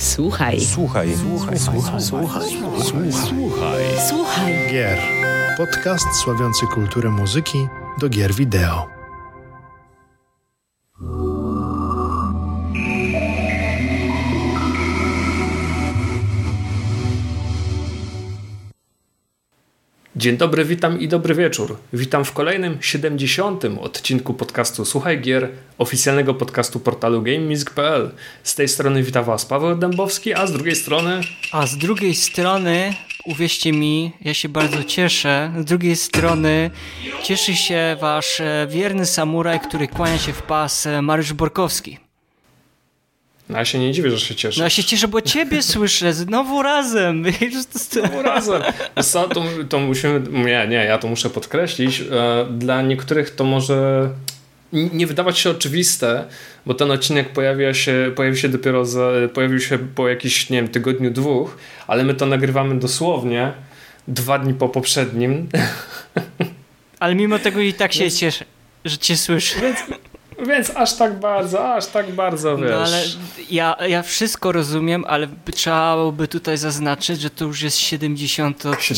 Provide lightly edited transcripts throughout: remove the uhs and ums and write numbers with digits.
Słuchaj. Słuchaj. Słuchaj. Słuchaj. Słuchaj. Słuchaj. Słuchaj. Gier. Podcast sławiący kulturę muzyki do gier wideo. Dzień dobry, witam i dobry wieczór. Witam w kolejnym 70. odcinku podcastu Słuchaj Gier, oficjalnego podcastu portalu GameMusic.pl. Z tej strony witam Was Paweł Dębowski, a z drugiej strony, uwierzcie mi, ja się bardzo cieszę, z drugiej strony cieszy się Wasz wierny samuraj, który kłania się w pas, Mariusz Borkowski. No ja się nie dziwię, że się cieszę. No ja się cieszę, bo Ciebie słyszę, znowu razem. Znowu razem. Co, to musimy, ja to muszę podkreślić. Dla niektórych to może nie wydawać się oczywiste, bo ten odcinek pojawił się po jakiś, nie wiem, tygodniu, dwóch, ale my to nagrywamy dosłownie 2 dni po poprzednim. Ale mimo tego i tak się cieszę, że Cię słyszę. Więc aż tak bardzo, wiesz. No ale ja wszystko rozumiem, ale trzeba by tutaj zaznaczyć, że to już jest 70 odcinek.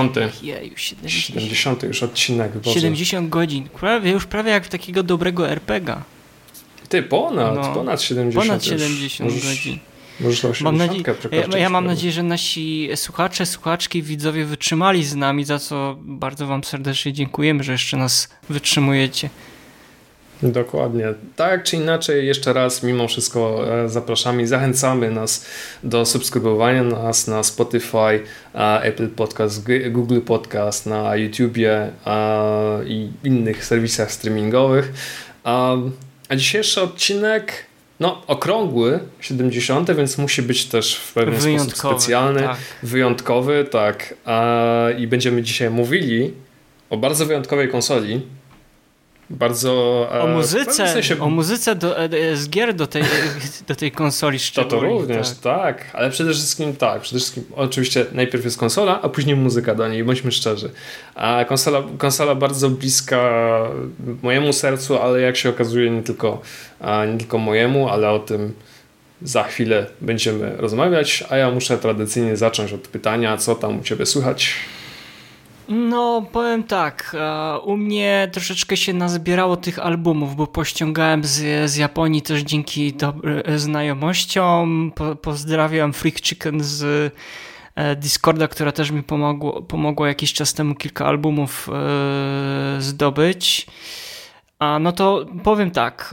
70 już odcinek. Boże. 70 godzin. Prawie jak w takiego dobrego RPG-a. Ty, ponad 70. Ponad 70 godzin. Możesz 80 przekroczyć. Ja mam nadzieję, że nasi słuchacze, słuchaczki, widzowie wytrzymali z nami, za co bardzo Wam serdecznie dziękujemy, że jeszcze nas wytrzymujecie. Dokładnie. Tak czy inaczej, jeszcze raz mimo wszystko zapraszamy i zachęcamy nas do subskrybowania nas na Spotify, Apple Podcast, Google Podcast, na YouTubie i innych serwisach streamingowych. A dzisiejszy odcinek, okrągły, 70, więc musi być też w pewien sposób specjalny, tak. Wyjątkowy, tak. I będziemy dzisiaj mówili o bardzo wyjątkowej konsoli. O muzyce z gier do tej konsoli szczególnie. To również, tak. Ale przede wszystkim oczywiście najpierw jest konsola, a później muzyka do niej, bądźmy szczerzy. A konsola bardzo bliska mojemu sercu, ale jak się okazuje nie tylko mojemu, ale o tym za chwilę będziemy rozmawiać, a ja muszę tradycyjnie zacząć od pytania, co tam u Ciebie słychać? No, powiem tak, u mnie troszeczkę się nazbierało tych albumów, bo pościągałem z Japonii też dzięki znajomościom. Pozdrawiam Freak Chicken z Discorda, która też mi pomogła jakiś czas temu kilka albumów zdobyć. No to powiem tak,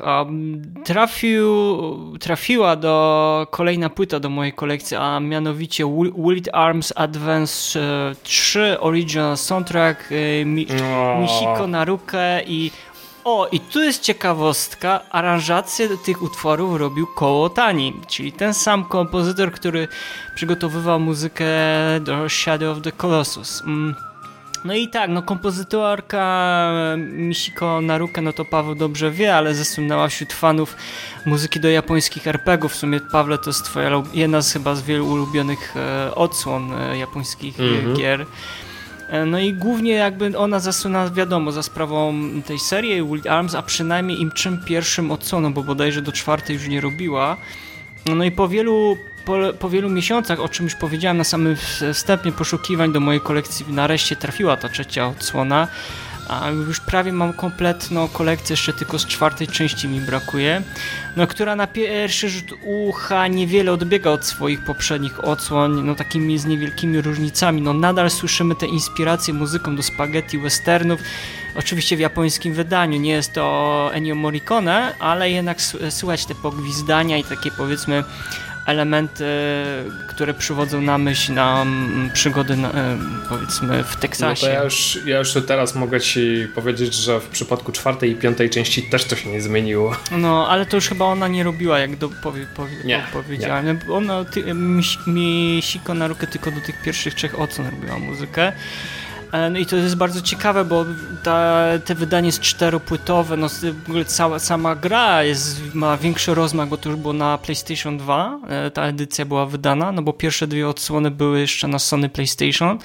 trafiła kolejna płyta do mojej kolekcji, a mianowicie Wild Arms Advance 3 Original Soundtrack Michiko Naruke i tu jest ciekawostka, aranżację do tych utworów robił Koło Tani, czyli ten sam kompozytor, który przygotowywał muzykę do Shadow of the Colossus. No i tak, kompozytorka Michiko Naruke, to Paweł dobrze wie, ale zasunęła wśród fanów muzyki do japońskich RPGów. W sumie, Pawle, to jest jedna z wielu ulubionych odsłon japońskich gier. No i głównie jakby ona zasuna, wiadomo, za sprawą tej serii Wild Arms, a przynajmniej im czym pierwszym odsłoną, bo bodajże do 4 już nie robiła. No i po wielu miesiącach, o czym już powiedziałem na samym wstępie poszukiwań do mojej kolekcji, nareszcie trafiła ta 3 odsłona, a już prawie mam kompletną kolekcję, jeszcze tylko z 4 części mi brakuje, która na pierwszy rzut ucha niewiele odbiega od swoich poprzednich odsłon, takimi z niewielkimi różnicami. Nadal słyszymy te inspiracje muzyką do spaghetti westernów, oczywiście w japońskim wydaniu, nie jest to Ennio Morricone, ale jednak słychać te pogwizdania i takie, powiedzmy, elementy, które przywodzą na myśl przygody, powiedzmy, w Teksasie. No to ja już teraz mogę Ci powiedzieć, że w przypadku 4 i 5 części też to się nie zmieniło. No, ale to już chyba ona nie robiła, jak powiedziałem. Nie. Ona, Michiko Naruke tylko do tych pierwszych 3 odsłon robiła muzykę. No i to jest bardzo ciekawe, bo te wydanie jest 4-płytowe, w ogóle sama gra ma większy rozmach, bo to już było na PlayStation 2, ta edycja była wydana, bo pierwsze 2 odsłony były jeszcze na Sony PlayStation.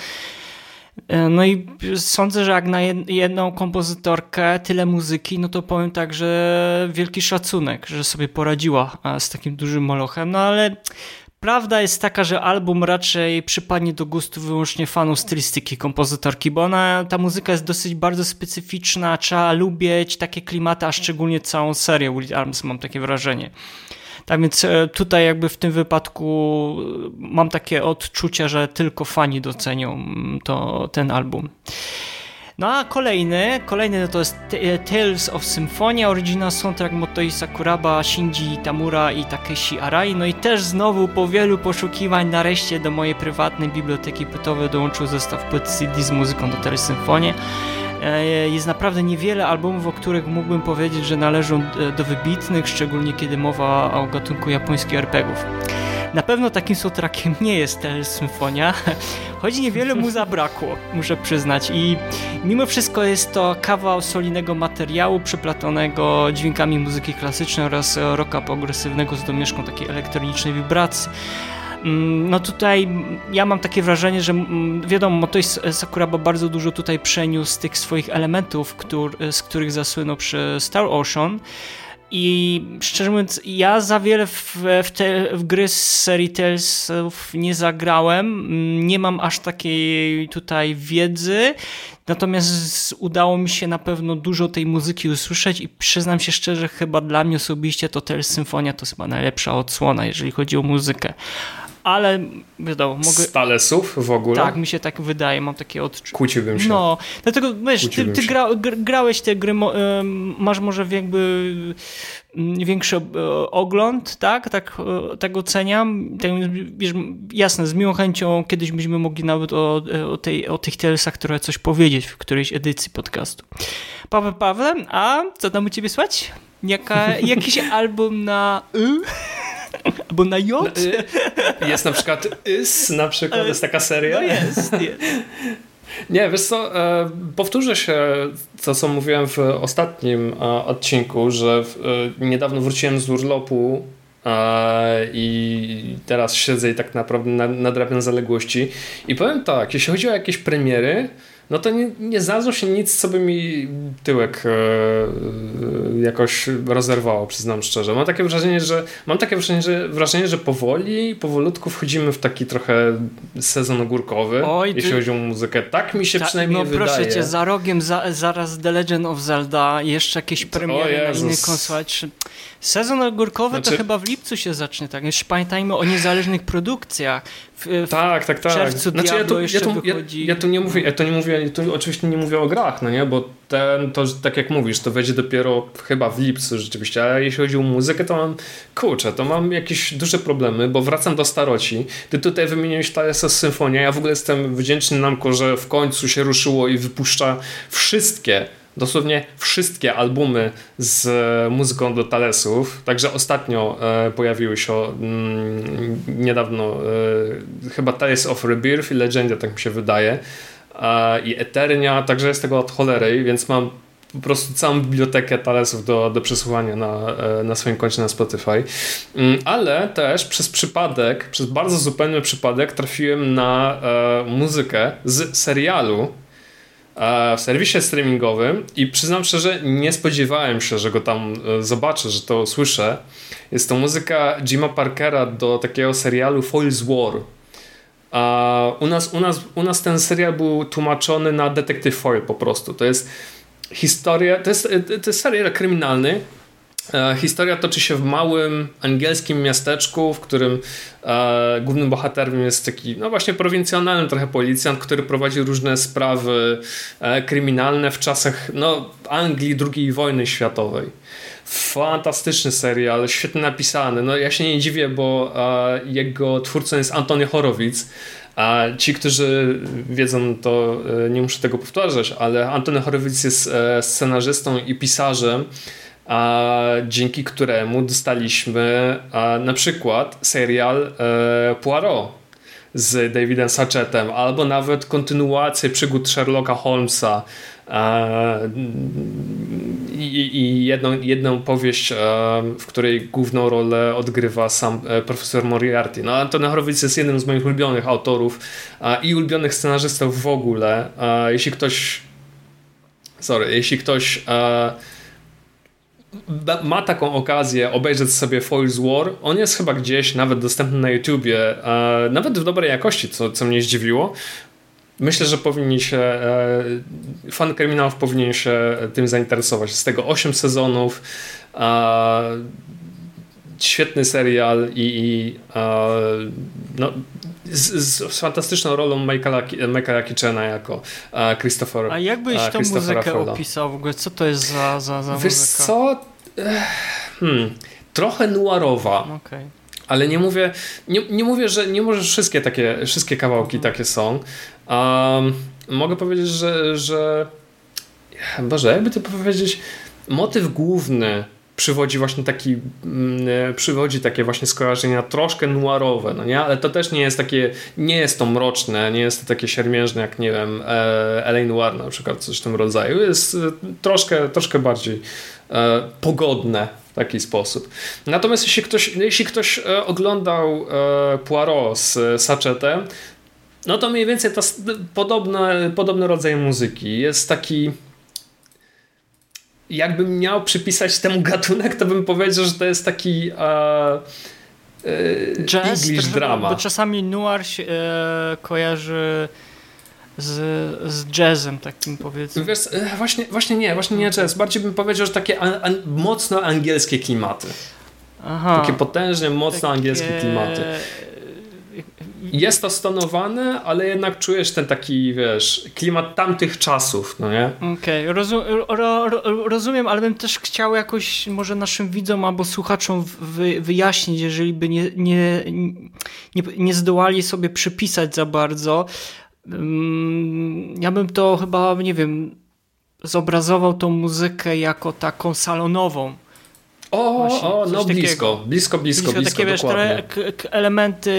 No i sądzę, że jak na jedną kompozytorkę tyle muzyki, to powiem tak, że wielki szacunek, że sobie poradziła z takim dużym molochem, ale Prawda jest taka, że album raczej przypadnie do gustu wyłącznie fanów stylistyki kompozytorki, bo ta muzyka jest dosyć bardzo specyficzna, trzeba lubić takie klimaty, a szczególnie całą serię Will It Arms, mam takie wrażenie. Tak więc tutaj jakby w tym wypadku mam takie odczucia, że tylko fani docenią ten album. No a kolejny to jest Tales of Symphonia, original soundtrack Motoi Sakuraba, Shinji Tamura i Takeshi Arai. No i też znowu po wielu poszukiwań nareszcie do mojej prywatnej biblioteki płytowej dołączył zestaw płyt CD z muzyką do Tales Symphonia. Jest naprawdę niewiele albumów, o których mógłbym powiedzieć, że należą do wybitnych, szczególnie kiedy mowa o gatunku japońskich RPGów. Na pewno takim soundtrackiem nie jest Tales Symphonia, choć niewiele mu zabrakło, muszę przyznać. I mimo wszystko jest to kawał solidnego materiału przeplatanego dźwiękami muzyki klasycznej oraz rocka progresywnego z domieszką takiej elektronicznej wibracji. No tutaj ja mam takie wrażenie, że wiadomo, Motoi Sakuraba bardzo dużo tutaj przeniósł z tych swoich elementów, z których zasłynął przy Star Ocean. I szczerze mówiąc, ja za wiele w gry z serii Talesów nie zagrałem, nie mam aż takiej tutaj wiedzy, natomiast udało mi się na pewno dużo tej muzyki usłyszeć i przyznam się szczerze, chyba dla mnie osobiście to Tales Symphonia to jest chyba najlepsza odsłona, jeżeli chodzi o muzykę. Ale wiadomo, mogę... Z Talesów w ogóle? Tak, mi się tak wydaje, mam takie odczucie. Kłóciłbym się. No, dlatego wiesz, ty grałeś te gry, masz może jakby większy ogląd, tak oceniam. Tak, wiesz, jasne, z miłą chęcią kiedyś byśmy mogli nawet o tych Talesach trochę coś powiedzieć w którejś edycji podcastu. Pawle, a co tam u ciebie słychać? Jakiś album na albo na J? Jest na przykład na przykład jest taka seria. No jest. Nie, wiesz co, powtórzę się to, co mówiłem w ostatnim odcinku, że niedawno wróciłem z urlopu i teraz siedzę i tak naprawdę nadrabiam zaległości i powiem tak, jeśli chodzi o jakieś premiery, no to nie znalazło się nic, co by mi tyłek jakoś rozerwało, przyznam szczerze. Mam takie wrażenie, że powolutku wchodzimy w taki trochę sezon ogórkowy, jeśli chodzi o muzykę. Tak mi się przynajmniej wydaje. Proszę cię, za rogiem zaraz The Legend of Zelda, jeszcze jakieś premiery na innych konsolach. Sezon ogórkowy to chyba w lipcu się zacznie, tak? Jeszcze pamiętajmy o niezależnych produkcjach. Tak. W czerwcu Diablo jeszcze wychodzi. Ja tu oczywiście nie mówię o grach, no nie, bo to tak jak mówisz, to wejdzie dopiero chyba w lipcu rzeczywiście, ale jeśli chodzi o muzykę, to mam jakieś duże problemy, bo wracam do staroci. Ty tutaj wymieniłeś Tales of Symphonia, ja w ogóle jestem wdzięczny Namco, że w końcu się ruszyło i wypuszcza dosłownie wszystkie albumy z muzyką do Talesów. Także ostatnio pojawiły się niedawno chyba Tales of Rebirth i Legendia, tak mi się wydaje. I Eternia, także jest tego od cholery, więc mam po prostu całą bibliotekę Talesów do przesłuchania na swoim koncie na Spotify. Ale też przez bardzo zupełny przypadek trafiłem na muzykę z serialu w serwisie streamingowym i przyznam szczerze, nie spodziewałem się, że go tam zobaczę, że to usłyszę. Jest to muzyka Jima Parkera do takiego serialu Foyle's War. U nas ten serial był tłumaczony na Detective Foyle po prostu. To jest historia, to jest serial kryminalny. Historia toczy się w małym angielskim miasteczku, w którym głównym bohaterem jest taki, no właśnie prowincjonalny trochę policjant, który prowadzi różne sprawy kryminalne w czasach Anglii II wojny światowej. Fantastyczny serial, świetnie napisany. No ja się nie dziwię, bo jego twórcą jest Antony Horowitz. A ci, którzy wiedzą, to nie muszę tego powtarzać, ale Antony Horowitz jest scenarzystą i pisarzem, dzięki któremu dostaliśmy na przykład serial Poirot z Davidem Sachettem, albo nawet kontynuację przygód Sherlocka Holmesa i jedną powieść, w której główną rolę odgrywa sam profesor Moriarty. No, Antony Horowitz jest jednym z moich ulubionych autorów i ulubionych scenarzystów w ogóle. Jeśli ktoś ma taką okazję obejrzeć sobie Foyle's War, on jest chyba gdzieś nawet dostępny na YouTubie, nawet w dobrej jakości, co mnie zdziwiło. Myślę, że powinni się, fan kryminałów powinien się tym zainteresować. Z tego 8 sezonów, świetny serial i no, z fantastyczną rolą Michaela Kitchena jako Christopher. A jakbyś tą muzykę Froda opisał w ogóle? Co to jest za Wiesz muzyka? co? Trochę noirowa. Okay. Ale nie mówię, że nie może wszystkie kawałki takie są. Mogę powiedzieć, że Boże, jakby to powiedzieć, motyw główny przywodzi takie właśnie skojarzenia troszkę noirowe, no nie? Ale to też nie jest to mroczne, nie jest to takie siermiężne jak, nie wiem, LA Noir na przykład, coś w tym rodzaju. Jest troszkę bardziej pogodne w taki sposób. Natomiast jeśli ktoś oglądał Poirot z Sacchetem, no to mniej więcej to podobny rodzaj muzyki. Jest taki, jakbym miał przypisać temu gatunek, to bym powiedział, że to jest taki jazz, English drama. Bo czasami noir się kojarzy z jazzem takim, powiedzmy. Wiesz, właśnie nie jazz. Bardziej bym powiedział, że takie mocno angielskie klimaty. Aha. Takie potężnie mocno angielskie klimaty. Jest to stonowane, ale jednak czujesz ten taki, wiesz, klimat tamtych czasów, no nie? Okej, rozumiem, ale bym też chciał jakoś może naszym widzom albo słuchaczom wyjaśnić, jeżeli by nie zdołali sobie przypisać za bardzo. Ja bym to chyba, nie wiem, zobrazował tą muzykę jako taką salonową. No blisko, takie, wiesz, elementy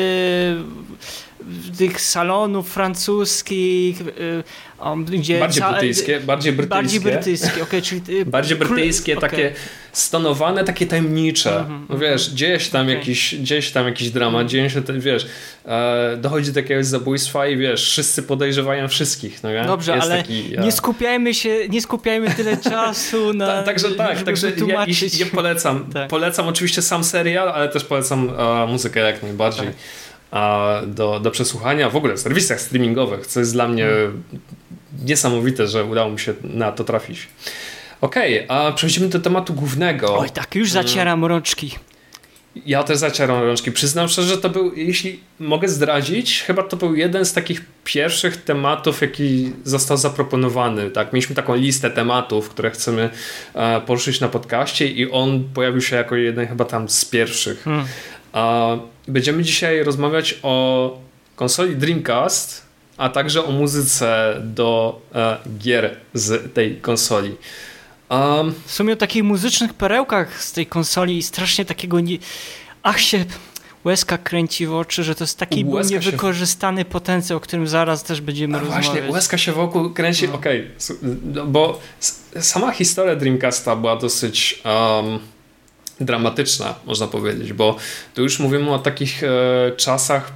tych salonów francuskich, gdzie bardziej brytyjskie, okay, czyli bardziej brytyjskie, takie stonowane, takie tajemnicze. No wiesz, dzieje się tam jakiś dramat, dzieje się, wiesz, dochodzi do jakiegoś zabójstwa i wiesz, wszyscy podejrzewają wszystkich. No, dobrze, jest ale taki, nie skupiajmy tyle czasu na także ja polecam oczywiście sam serial, ale też polecam muzykę jak najbardziej. Tak. Do przesłuchania w ogóle w serwisach streamingowych, co jest dla mnie niesamowite, że udało mi się na to trafić. Okej, a przechodzimy do tematu głównego. Oj, tak, już zacieram rączki. Ja też zacieram rączki. Przyznam szczerze, że to był, jeśli mogę zdradzić, chyba to był jeden z takich pierwszych tematów, jaki został zaproponowany. Tak? Mieliśmy taką listę tematów, które chcemy poruszyć na podcaście i on pojawił się jako jeden chyba tam z pierwszych. Będziemy dzisiaj rozmawiać o konsoli Dreamcast, a także o muzyce do gier z tej konsoli. W sumie o takich muzycznych perełkach z tej konsoli i strasznie takiego się łezka kręci w oczy, że to jest taki niewykorzystany potencjał, o którym zaraz też będziemy rozmawiać. Właśnie, łezka się wokół kręci, bo sama historia Dreamcasta była dosyć dramatyczna, można powiedzieć, bo tu już mówimy o takich czasach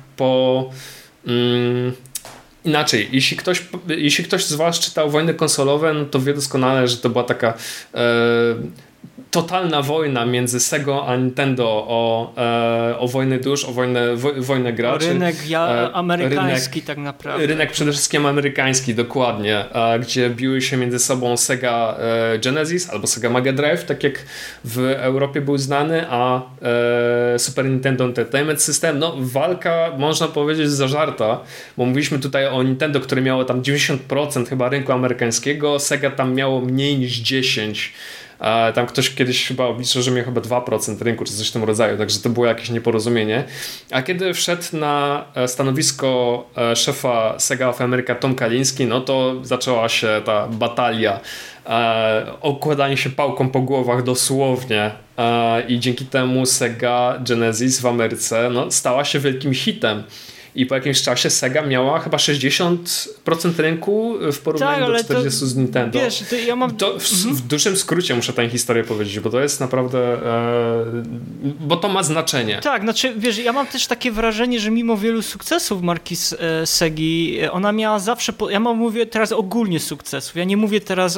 inaczej, jeśli ktoś z was czytał Wojny konsolowe, no to wie doskonale, że to była taka totalna wojna między Sega a Nintendo o wojnę dusz, o wojnę graczy. Rynek amerykański tak naprawdę. Rynek przede wszystkim amerykański, dokładnie, gdzie biły się między sobą Sega Genesis albo Sega Mega Drive, tak jak w Europie był znany, a Super Nintendo Entertainment System. No walka, można powiedzieć, zażarta, bo mówiliśmy tutaj o Nintendo, które miało tam 90% chyba rynku amerykańskiego, Sega tam miało mniej niż 10%. Tam ktoś kiedyś chyba obliczył, że miał chyba 2% rynku, czy coś w tym rodzaju, także to było jakieś nieporozumienie. A kiedy wszedł na stanowisko szefa Sega of America Tom Kalinski, no to zaczęła się ta batalia, okładanie się pałką po głowach dosłownie, i dzięki temu Sega Genesis w Ameryce stała się wielkim hitem. i po jakimś czasie Sega miała chyba 60% rynku w porównaniu do 40% z Nintendo. Wiesz, ja mam... w dużym skrócie muszę tę historię powiedzieć, bo to jest naprawdę... bo to ma znaczenie. Tak, znaczy, wiesz, ja mam też takie wrażenie, że mimo wielu sukcesów marki Segi, ona miała zawsze... mówię teraz ogólnie sukcesów. Ja nie mówię teraz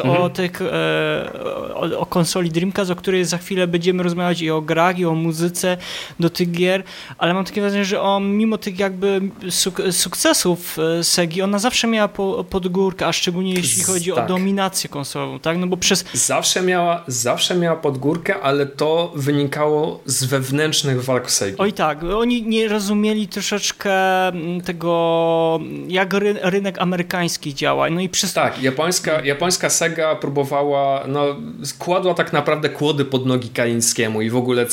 o konsoli Dreamcast, o której za chwilę będziemy rozmawiać i o grach, i o muzyce do tych gier, ale mam takie wrażenie, że mimo tych jakby sukcesów Segi, ona zawsze miała pod górkę, a szczególnie jeśli chodzi o dominację konsolową, tak? No bo zawsze miała pod górkę, ale to wynikało z wewnętrznych walk Segi. Oj tak, oni nie rozumieli troszeczkę tego, jak rynek amerykański działa. No i Tak, japońska Sega próbowała, kładła tak naprawdę kłody pod nogi Kalińskiemu i w ogóle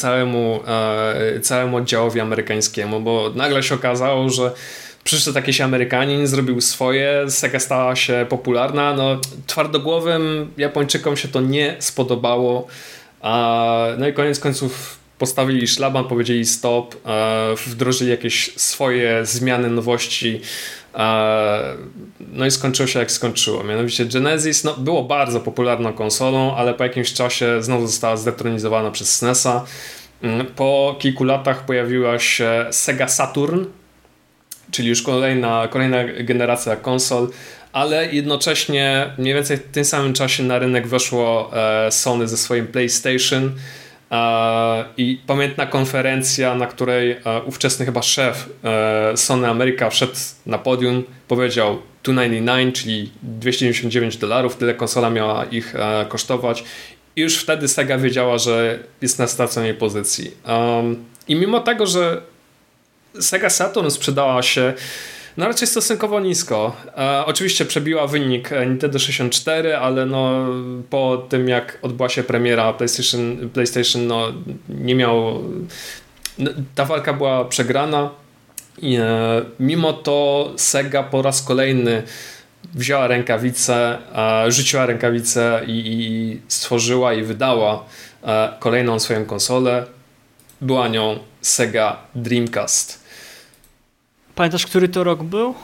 całemu oddziałowi amerykańskiemu, bo nagle się okazało, że przyszedł jakiś Amerykanin, zrobił swoje, Sega stała się popularna, twardogłowym Japończykom się to nie spodobało, no i koniec końców postawili szlaban, powiedzieli stop, wdrożyli jakieś swoje zmiany, nowości, no i skończyło się jak skończyło. Mianowicie Genesis było bardzo popularną konsolą, ale po jakimś czasie znowu została zdetronizowana przez SNES-a. Po kilku latach pojawiła się Sega Saturn, czyli już kolejna generacja konsol, ale jednocześnie mniej więcej w tym samym czasie na rynek weszło Sony ze swoim PlayStation i pamiętna konferencja, na której ówczesny chyba szef Sony America wszedł na podium, powiedział $299, czyli $299, tyle konsola miała ich kosztować. I już wtedy Sega wiedziała, że jest na straconej pozycji. I mimo tego, że Sega Saturn sprzedała się raczej stosunkowo nisko. Oczywiście przebiła wynik Nintendo 64, ale po tym jak odbyła się premiera PlayStation nie miał... ta walka była przegrana. I, mimo to Sega po raz kolejny wzięła rękawicę, rzuciła rękawicę i stworzyła i wydała kolejną swoją konsolę. Była nią Sega Dreamcast. Pamiętasz, który to rok był?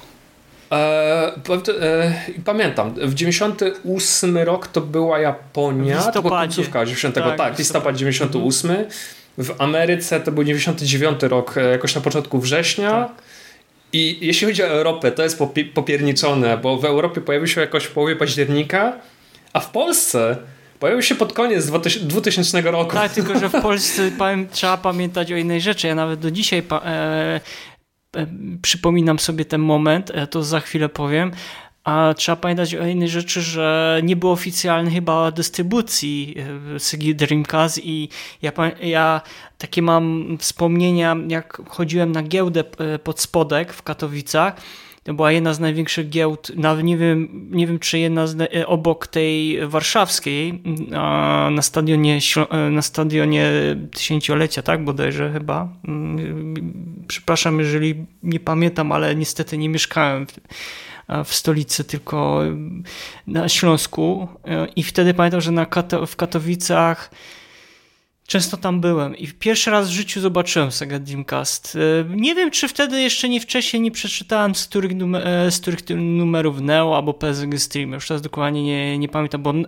Pamiętam. W 98 rok to była Japonia. W listopadzie. Końcówka 90. Listopad 98. W Ameryce to był 99 rok, jakoś na początku września. Tak. I jeśli chodzi o Europę, to jest popierniczone, bo w Europie pojawił się jakoś w połowie października, a w Polsce pojawił się pod koniec 2000 roku. Tak, tylko że w Polsce trzeba pamiętać o innej rzeczy. Ja nawet do dzisiaj przypominam sobie ten moment, to za chwilę powiem, a trzeba pamiętać o innej rzeczy, że nie było oficjalnej chyba dystrybucji Segi Dreamcast i ja takie mam wspomnienia, jak chodziłem na giełdę pod Spodek w Katowicach. To była jedna z największych giełd, nawet nie wiem czy jedna obok tej warszawskiej, na stadionie tysięciolecia, tak, bodajże chyba. Przepraszam, jeżeli nie pamiętam, ale niestety nie mieszkałem w stolicy, tylko na Śląsku i wtedy pamiętam, że w Katowicach często tam byłem i pierwszy raz w życiu zobaczyłem Sega Dreamcast. Nie wiem, czy wtedy jeszcze wcześniej nie przeczytałem z których numerów Neo albo PSG Stream. Już teraz dokładnie nie pamiętam, bo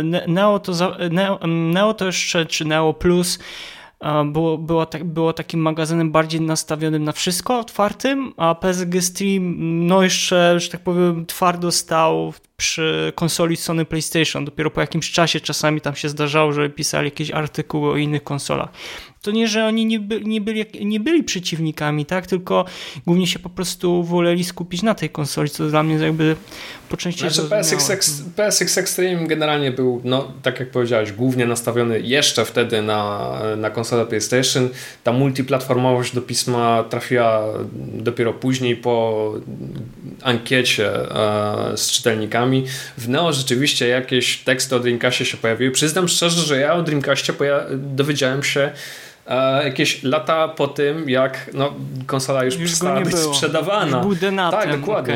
Neo to jeszcze, czy Neo Plus było takim magazynem bardziej nastawionym na wszystko, otwartym, a PSG Stream jeszcze, że tak powiem, twardo stał przy konsoli Sony PlayStation. Dopiero po jakimś czasie czasami tam się zdarzało, że pisali jakieś artykuły o innych konsolach. To nie, że oni nie byli przeciwnikami, tak? Tylko głównie się po prostu woleli skupić na tej konsoli, co dla mnie jakby po części PSX Extreme generalnie był, tak jak powiedziałeś, głównie nastawiony jeszcze wtedy na konsolę PlayStation. Ta multiplatformowość do pisma trafiła dopiero później po ankiecie z czytelnikami. W Neo rzeczywiście jakieś teksty o Dreamcastie się pojawiły. Przyznam szczerze, że ja o Dreamcastie dowiedziałem się jakieś lata po tym, jak konsola już przestała być sprzedawana. Już był denatem. Tak, dokładnie. Okay.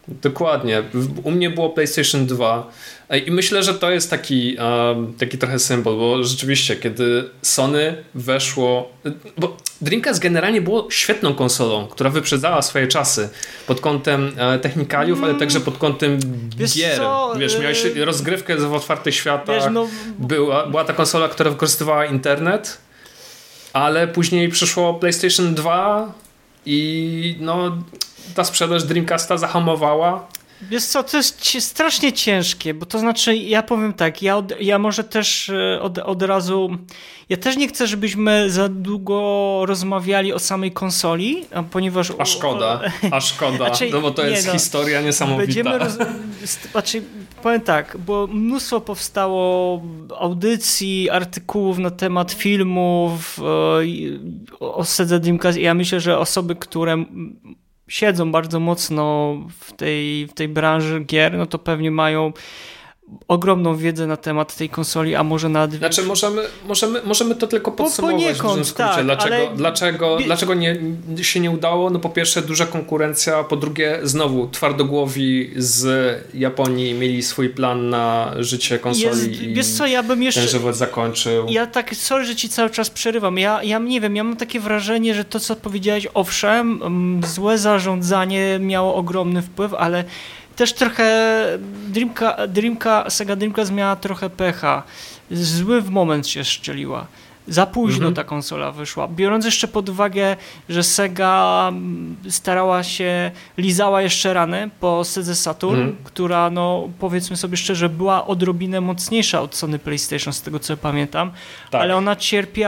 Dokładnie. U mnie było PlayStation 2 i myślę, że to jest taki trochę symbol, bo rzeczywiście, kiedy Sony weszło... Bo Dreamcast generalnie było świetną konsolą, która wyprzedzała swoje czasy pod kątem technikaliów, ale także pod kątem gier. Miałeś rozgrywkę w otwartych światach. Była ta konsola, która wykorzystywała internet, ale później przyszło PlayStation 2 i ta sprzedaż Dreamcasta zahamowała. Wiesz co, to jest strasznie ciężkie, bo to znaczy, ja powiem tak, ja może też od razu, ja też nie chcę, żebyśmy za długo rozmawiali o samej konsoli, ponieważ... A szkoda, znaczy, bo to jest historia niesamowita. Powiem tak, bo mnóstwo powstało audycji, artykułów na temat filmów o Sedze Dreamcast i ja myślę, że osoby, które siedzą bardzo mocno w tej branży gier, no to pewnie mają ogromną wiedzę na temat tej konsoli, a może nawet... Znaczy możemy to tylko podsumować w dużym skrócie. Tak, dlaczego się nie udało? No po pierwsze duża konkurencja, po drugie znowu twardogłowi z Japonii mieli swój plan na życie konsoli wiesz co, ja bym jeszcze... ten żywot zakończył. Ja tak, sorry, że ci cały czas przerywam. Ja nie wiem, ja mam takie wrażenie, że to co powiedziałeś, owszem, złe zarządzanie miało ogromny wpływ, ale też trochę Sega Dreamcast miała trochę pecha. Zły moment się szczeliła. Za późno ta konsola wyszła. Biorąc jeszcze pod uwagę, że Sega starała się, lizała jeszcze rany po Sedze Saturn, która, powiedzmy sobie szczerze, była odrobinę mocniejsza od Sony PlayStation, z tego co pamiętam, tak. Ale ona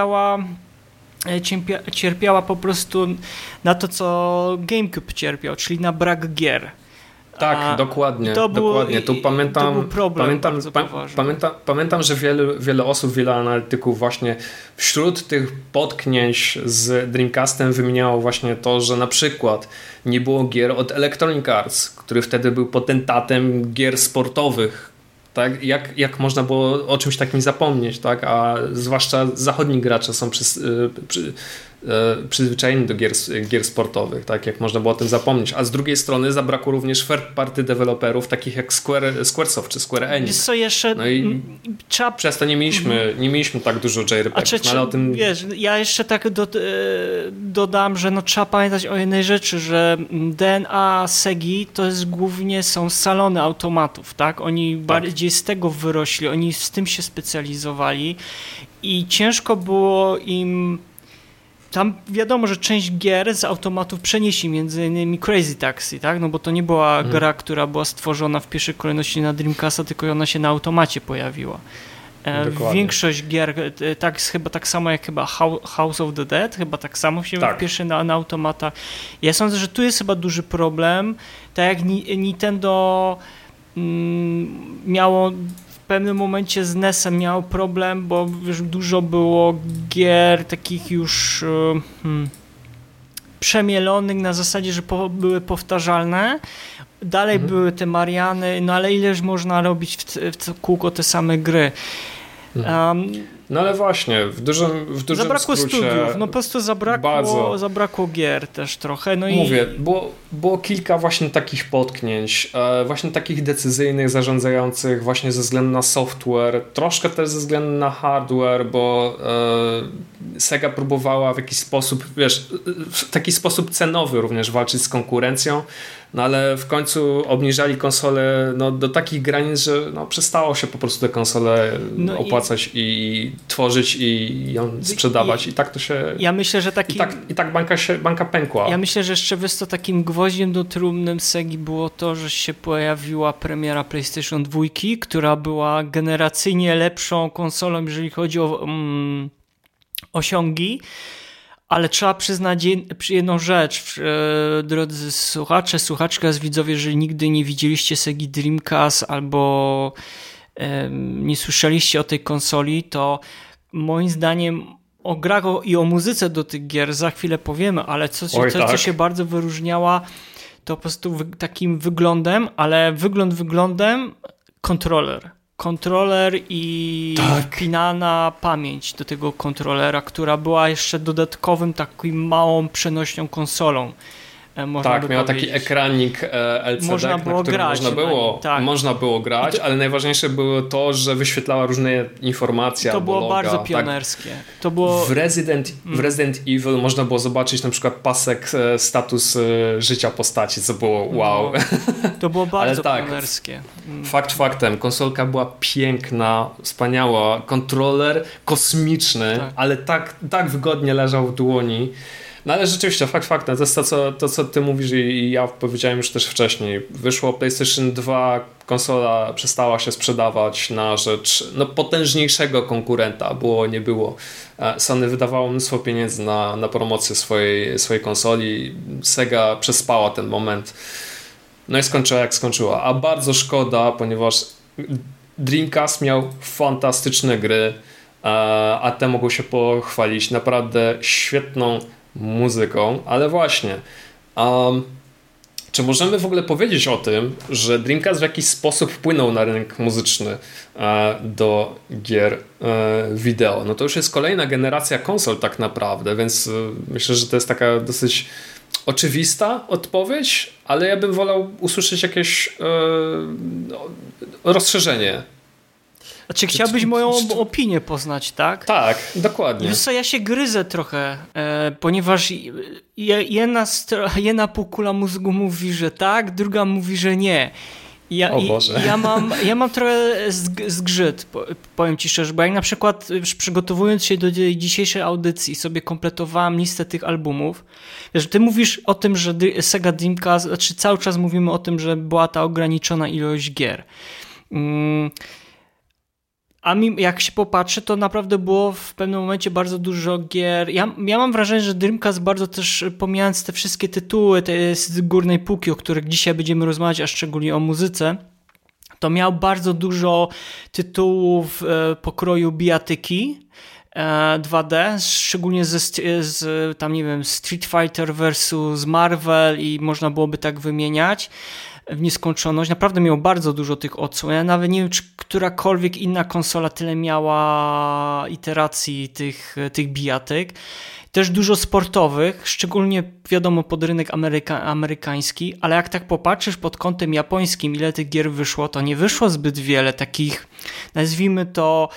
cierpiała po prostu na to, co GameCube cierpiał, czyli na brak gier. Tak, dokładnie. To był problem pamiętam, że wiele osób, wiele analityków właśnie wśród tych potknięć z Dreamcastem wymieniało właśnie to, że na przykład nie było gier od Electronic Arts, który wtedy był potentatem gier sportowych. Tak? Jak można było o czymś takim zapomnieć, tak? A zwłaszcza zachodni gracze są przyzwyczajeni do gier sportowych, tak? Jak można było o tym zapomnieć. A z drugiej strony zabrakło również third party deweloperów takich jak Squaresoft czy Square Enix. Co jeszcze... No i przez to nie mieliśmy tak dużo JRPG-ów. Ale o tym... Wiesz, ja jeszcze tak dodam, że trzeba pamiętać o jednej rzeczy, że DNA Segi to jest głównie są salony automatów, tak? Oni bardziej z tego wyrośli, oni z tym się specjalizowali i ciężko było im... Tam wiadomo, że część gier z automatów przenieśli, między innymi Crazy Taxi, tak? No bo to nie była gra, która była stworzona w pierwszej kolejności na Dreamcasta, tylko ona się na automacie pojawiła. Większość gier, chyba tak samo jak chyba House of the Dead, chyba tak samo się pierwszy na automata. Ja sądzę, że tu jest chyba duży problem. Tak jak Nintendo miało w pewnym momencie z NES-em miał problem, bo już dużo było gier takich już przemielonych na zasadzie, że były powtarzalne. Dalej były te Mariany, ale ileż można robić w kółko te same gry. No ale właśnie, w dużym zabrakło skrócie... studiów, po prostu zabrakło gier też trochę. Mówię, było kilka właśnie takich potknięć, właśnie takich decyzyjnych, zarządzających właśnie ze względu na software, troszkę też ze względu na hardware, bo Sega próbowała w jakiś sposób, w taki sposób cenowy również walczyć z konkurencją, no ale w końcu obniżali konsolę do takich granic, że przestało się po prostu te konsole opłacać i tworzyć i ją sprzedawać i tak to się... Ja myślę, że I tak banka pękła. Ja myślę, że jeszcze takim gwoździem do trumny Segi było to, że się pojawiła premiera PlayStation 2, która była generacyjnie lepszą konsolą, jeżeli chodzi o osiągi. Ale trzeba przyznać jedną rzecz, drodzy słuchacze, słuchaczki oraz widzowie, jeżeli nigdy nie widzieliście Segi Dreamcast albo nie słyszeliście o tej konsoli, to moim zdaniem o grach i o muzyce do tych gier za chwilę powiemy, ale co się bardzo wyróżniała, to po prostu takim wyglądem, ale wyglądem kontroler i wpinana pamięć do tego kontrolera, która była jeszcze dodatkowym takim małą przenośną konsolą. można by miał powiedzieć. taki ekranik LCD, Można na było którym grać można było grać, ale najważniejsze było to, że wyświetlała różne informacje. To było loga, bardzo pionerskie. To było... W Resident Evil można było zobaczyć na przykład pasek status życia postaci, co było wow. To było bardzo tak, pionerskie. Fakt faktem, konsolka była piękna, wspaniała, kontroler kosmiczny, ale tak wygodnie leżał w dłoni. No ale rzeczywiście, fakt faktem, to jest to, co ty mówisz i ja powiedziałem już też wcześniej. Wyszło PlayStation 2, konsola przestała się sprzedawać na rzecz potężniejszego konkurenta, nie było. Sony wydawało mnóstwo pieniędzy na promocję swojej konsoli. Sega przespała ten moment. No i skończyła jak skończyła. A bardzo szkoda, ponieważ Dreamcast miał fantastyczne gry, a te mogą się pochwalić naprawdę świetną muzyką, ale właśnie czy możemy w ogóle powiedzieć o tym, że Dreamcast w jakiś sposób wpłynął na rynek muzyczny do gier wideo? No to już jest kolejna generacja konsol tak naprawdę, więc myślę, że to jest taka dosyć oczywista odpowiedź, ale ja bym wolał usłyszeć jakieś rozszerzenie. Znaczy chciałbyś moją opinię poznać, tak? Tak, dokładnie. Wiesz co, ja się gryzę trochę, ponieważ jedna półkula mózgu mówi, że tak, druga mówi, że nie. O Boże. Ja mam trochę zgrzyt, powiem ci szczerze, bo jak na przykład przygotowując się do dzisiejszej audycji sobie kompletowałem listę tych albumów. Wiesz, ty mówisz o tym, że Sega Dreamcast, znaczy cały czas mówimy o tym, że była ta ograniczona ilość gier. A jak się popatrzy, to naprawdę było w pewnym momencie bardzo dużo gier. Ja mam wrażenie, że Dreamcast bardzo też, pomijając te wszystkie tytuły z górnej półki, o których dzisiaj będziemy rozmawiać, a szczególnie o muzyce, to miał bardzo dużo tytułów pokroju bijatyki 2D, szczególnie tam nie wiem, Street Fighter versus Marvel i można byłoby tak wymieniać w nieskończoność. Naprawdę miał bardzo dużo tych odsłon. Ja nawet nie wiem, czy którakolwiek inna konsola tyle miała iteracji tych bijatyk. Też dużo sportowych, szczególnie wiadomo pod rynek amerykański, ale jak tak popatrzysz pod kątem japońskim, ile tych gier wyszło, to nie wyszło zbyt wiele takich, nazwijmy to,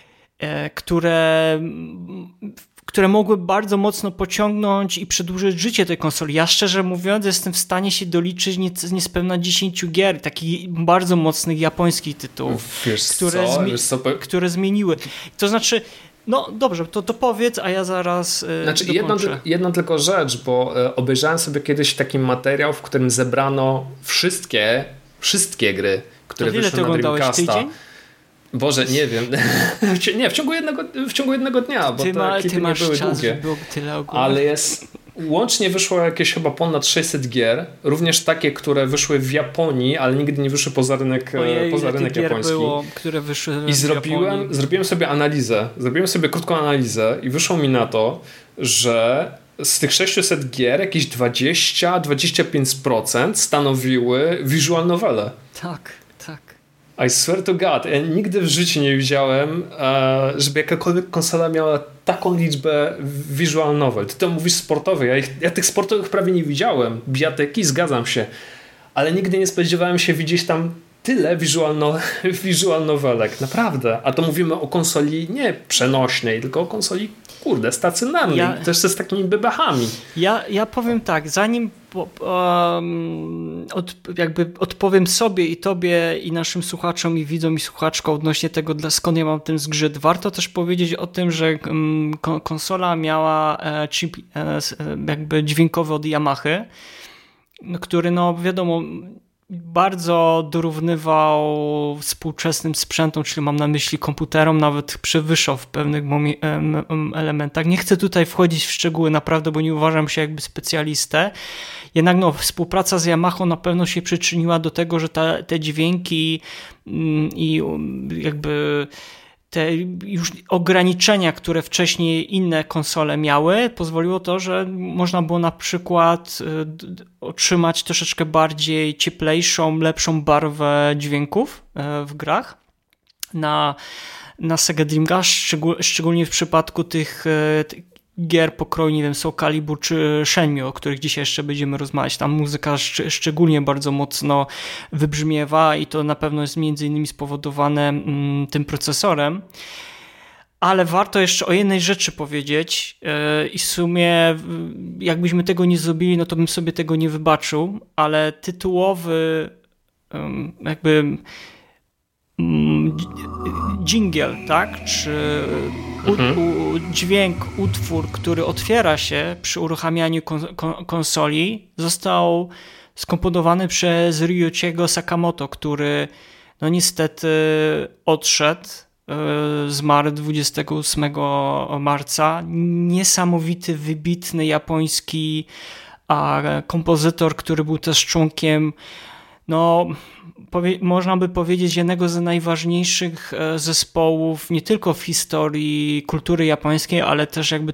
które mogły bardzo mocno pociągnąć i przedłużyć życie tej konsoli. Ja szczerze mówiąc jestem w stanie się doliczyć niespełna 10 gier, takich bardzo mocnych japońskich tytułów, które zmieniły. To znaczy, no dobrze, to powiedz, a ja zaraz Znaczy dokończę. jedną tylko rzecz, bo obejrzałem sobie kiedyś taki materiał, w którym zebrano wszystkie gry, które wyszły na Dreamcasta. Tydzień? Boże, nie wiem. Nie, w ciągu jednego dnia, bo te klipy nie były długie. Ale łącznie wyszło jakieś chyba ponad 600 gier, również takie, które wyszły w Japonii, ale nigdy nie wyszły poza rynek japoński. Było, które wyszły I zrobiłem sobie analizę, krótką analizę i wyszło mi na to, że z tych 600 gier jakieś 20-25% stanowiły visual novele. Tak. I swear to God, ja nigdy w życiu nie widziałem, żeby jakakolwiek konsola miała taką liczbę visual novel. Ty to mówisz sportowe, ja tych sportowych prawie nie widziałem. Bijatyki, zgadzam się, ale nigdy nie spodziewałem się widzieć tam tyle visual novelek. Naprawdę. A to mówimy o konsoli nie przenośnej, tylko o konsoli stacjonarnej. Też z takimi bebechami. Ja powiem tak, zanim odpowiem sobie i tobie i naszym słuchaczom i widzom i słuchaczkom odnośnie tego, skąd ja mam ten zgrzyt, warto też powiedzieć o tym, że konsola miała chip jakby dźwiękowy od Yamahy, który wiadomo bardzo dorównywał współczesnym sprzętom, czyli mam na myśli komputerom, nawet przewyższał w pewnych elementach. Nie chcę tutaj wchodzić w szczegóły naprawdę, bo nie uważam się jakby specjalistę. Jednak współpraca z Yamahą na pewno się przyczyniła do tego, że te dźwięki i jakby te już ograniczenia, które wcześniej inne konsole miały, pozwoliło to, że można było na przykład otrzymać troszeczkę bardziej cieplejszą, lepszą barwę dźwięków w grach na Sega Dreamcast, szczególnie w przypadku tych gier pokroju, nie wiem, Soul Calibur czy Shenmue, o których dzisiaj jeszcze będziemy rozmawiać. Tam muzyka szczególnie bardzo mocno wybrzmiewa i to na pewno jest między innymi spowodowane tym procesorem. Ale warto jeszcze o jednej rzeczy powiedzieć i w sumie jakbyśmy tego nie zrobili, no to bym sobie tego nie wybaczył, ale tytułowy jakby dżingiel, tak? Czy dźwięk, utwór, który otwiera się przy uruchamianiu konsoli, został skomponowany przez Ryuichiego Sakamoto, który no niestety odszedł. Zmarł 28 marca. Niesamowity, wybitny japoński kompozytor, który był też członkiem, no można by powiedzieć, jednego z najważniejszych zespołów nie tylko w historii kultury japońskiej, ale też jakby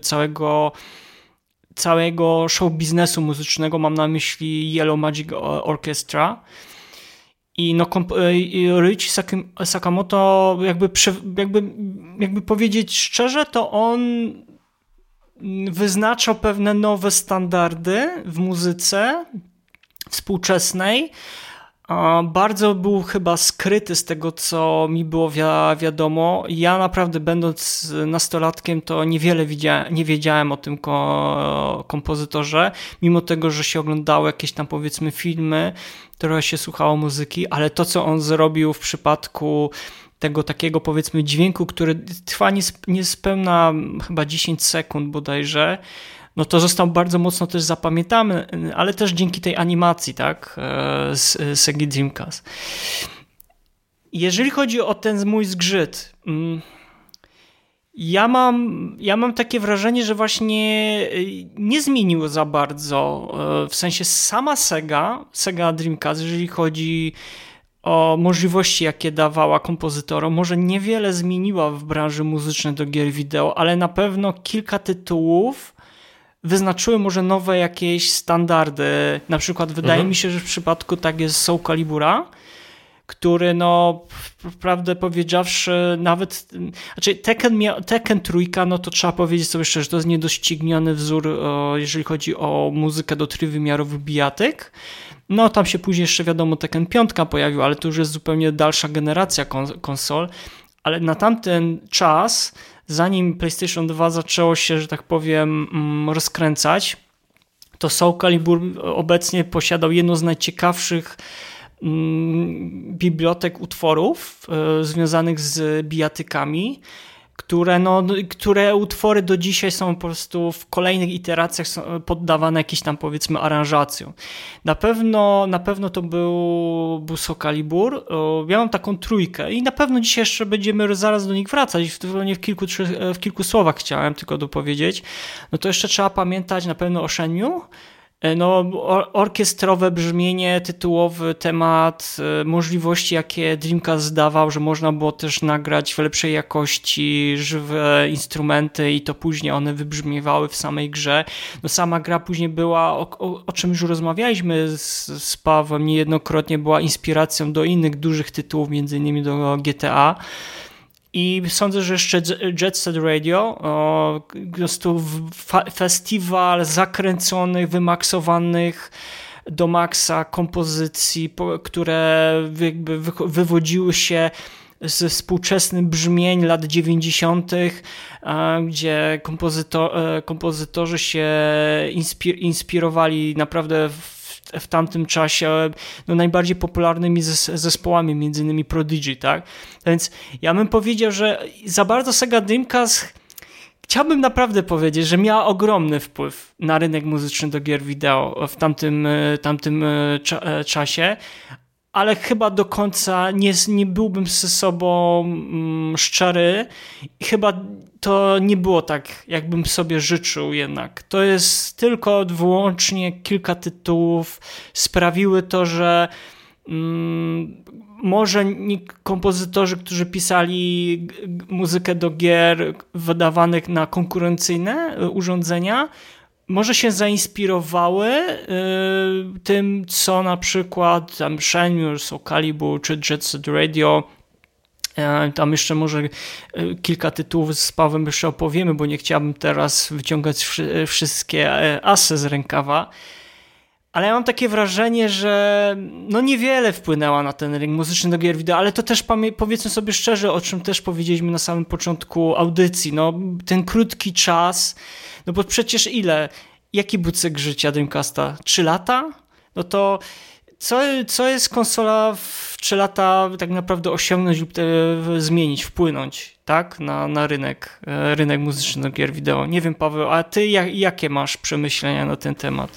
całego show biznesu muzycznego. Mam na myśli Yellow Magic Orchestra. I no, Ryuichi Sakamoto, jakby powiedzieć szczerze, to on wyznaczał pewne nowe standardy w muzyce współczesnej. Bardzo był chyba skryty z tego, co mi było wiadomo. Ja naprawdę, będąc nastolatkiem, to niewiele nie wiedziałem o tym kompozytorze, mimo tego, że się oglądało jakieś tam, powiedzmy, filmy, trochę się słuchało muzyki, ale to, co on zrobił w przypadku tego takiego, powiedzmy, dźwięku, który trwa niespełna chyba 10 sekund bodajże, no to został bardzo mocno też zapamiętany, ale też dzięki tej animacji, tak, z Segi Dreamcast. Jeżeli chodzi o ten mój zgrzyt, ja mam takie wrażenie, że właśnie nie zmieniło za bardzo, w sensie sama Sega Dreamcast, jeżeli chodzi o możliwości, jakie dawała kompozytorom, może niewiele zmieniła w branży muzycznej do gier wideo, ale na pewno kilka tytułów wyznaczyły może nowe jakieś standardy. Na przykład wydaje mi się, że w przypadku tak jest Soul Calibura, który no prawdę powiedziawszy nawet, znaczy Tekken trójka, no to trzeba powiedzieć sobie szczerze, że to jest niedościgniony wzór, jeżeli chodzi o muzykę do trójwymiarowych bijatyk. No tam się później jeszcze wiadomo Tekken 5 pojawił, ale to już jest zupełnie dalsza generacja konsol, ale na tamten czas, zanim PlayStation 2 zaczęło się, że tak powiem, rozkręcać, to Soul Calibur obecnie posiadał jedną z najciekawszych bibliotek utworów związanych z bijatykami, które utwory do dzisiaj są po prostu w kolejnych iteracjach poddawane jakieś tam, powiedzmy, aranżacjom. Na pewno to był Soul Calibur. Ja mam taką trójkę i na pewno dzisiaj jeszcze będziemy zaraz do nich wracać. W kilku słowach chciałem tylko dopowiedzieć. No to jeszcze trzeba pamiętać na pewno o Shenmue. No, orkiestrowe brzmienie, tytułowy temat, możliwości, jakie Dreamcast dawał, że można było też nagrać w lepszej jakości żywe instrumenty i to później one wybrzmiewały w samej grze. No, sama gra później była, o czym już rozmawialiśmy z Pawłem niejednokrotnie, była inspiracją do innych dużych tytułów, między innymi do GTA. I sądzę, że jeszcze Jet Set Radio, po prostu festiwal zakręconych, wymaksowanych do maksa kompozycji, które jakby wywodziły się ze współczesnych brzmień lat 90., gdzie kompozytorzy się inspirowali naprawdę w tamtym czasie no, najbardziej popularnymi zespołami, między innymi Prodigy, tak? Więc ja bym powiedział, że za bardzo Sega Dreamcast, chciałbym naprawdę powiedzieć, że miała ogromny wpływ na rynek muzyczny do gier wideo w tamtym czasie, ale chyba do końca nie byłbym ze sobą szczery i chyba to nie było tak, jakbym sobie życzył jednak. To jest tylko wyłącznie kilka tytułów sprawiły to, że może kompozytorzy, którzy pisali muzykę do gier wydawanych na konkurencyjne urządzenia, może się zainspirowały tym, co na przykład Shenmue, Soul Calibur czy Jet Set Radio Tam jeszcze może kilka tytułów z Pawłem jeszcze opowiemy, bo nie chciałbym teraz wyciągać wszystkie asy z rękawa. Ale ja mam takie wrażenie, że no niewiele wpłynęła na ten rynek muzyczny do gier wideo, ale to też powiedzmy sobie szczerze, o czym też powiedzieliśmy na samym początku audycji, no ten krótki czas, no bo przecież jaki był cykl życia Dreamcasta? 3 lata? No to co jest konsola w 3 lata tak naprawdę osiągnąć lub zmienić, wpłynąć, tak? Na rynek muzyczny do gier wideo. Nie wiem, Paweł, a ty jakie masz przemyślenia na ten temat?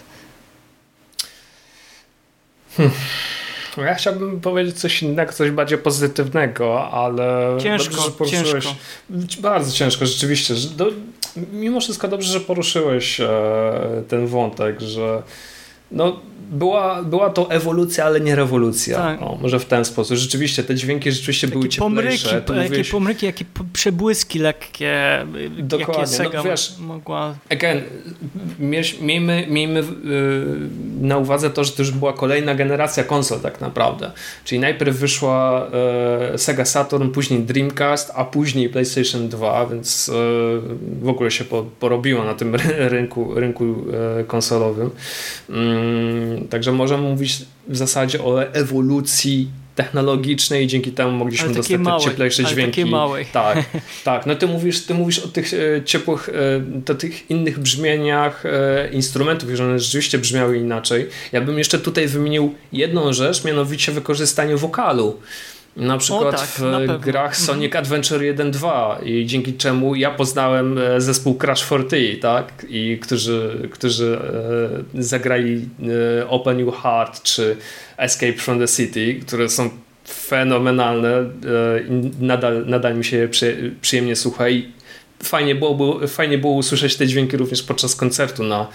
Ja chciałbym powiedzieć coś innego, coś bardziej pozytywnego, ale ciężko. Bardzo ciężko, rzeczywiście. Mimo wszystko dobrze, że poruszyłeś ten wątek, że no, była to ewolucja, ale nie rewolucja. Tak. O, może w ten sposób. Rzeczywiście te dźwięki były cieplejsze. Pomryki, jakie przebłyski lekkie. Dokładnie. Jakie Sega mogła... Again, miejmy na uwadze to, że to już była kolejna generacja konsol tak naprawdę. Czyli najpierw wyszła Sega Saturn, później Dreamcast, a później PlayStation 2, więc w ogóle się porobiło na tym rynku konsolowym. Także możemy mówić w zasadzie o ewolucji technologicznej i dzięki temu mogliśmy dostać te cieplejsze dźwięki. Tak. No ty mówisz o tych ciepłych, o tych innych brzmieniach instrumentów, że one rzeczywiście brzmiały inaczej. Ja bym jeszcze tutaj wymienił jedną rzecz, mianowicie wykorzystanie wokalu. Na przykład w grach Sonic Adventure 1.2 i dzięki czemu ja poznałem zespół Crash 4T, tak? I którzy zagrali Open Your Heart czy Escape from the City, które są fenomenalne i nadal mi się przyjemnie słucha i fajnie było usłyszeć te dźwięki również podczas koncertu na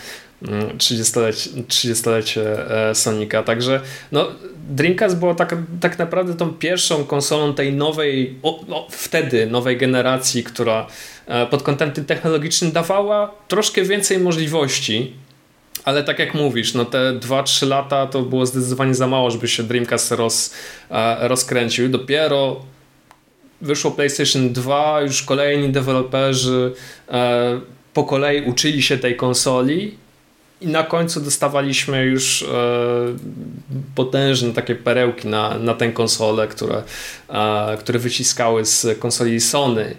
30-lecie Sonika. Także no, Dreamcast było tak naprawdę tą pierwszą konsolą tej nowej, wtedy nowej generacji, która pod kątem technologicznym dawała troszkę więcej możliwości, ale tak jak mówisz, no te 2-3 lata to było zdecydowanie za mało, żeby się Dreamcast rozkręcił. Dopiero wyszło PlayStation 2, już kolejni deweloperzy po kolei uczyli się tej konsoli i na końcu dostawaliśmy już potężne takie perełki na tę konsolę, które wyciskały z konsoli Sony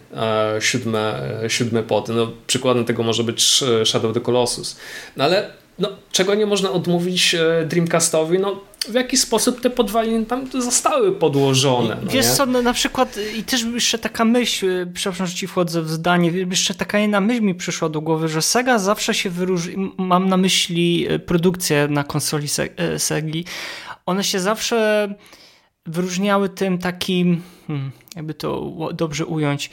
siódme poty. No, przykładem tego może być Shadow of the Colossus. No ale czego nie można odmówić Dreamcastowi? No, w jaki sposób te podwaliny tam zostały podłożone. Wiesz co, na przykład i też jeszcze taka myśl, przepraszam, że ci wchodzę w zdanie, jeszcze taka jedna myśl mi przyszła do głowy, że Sega zawsze się mam na myśli produkcję na konsoli Segi, one się zawsze wyróżniały tym takim, jakby to dobrze ująć,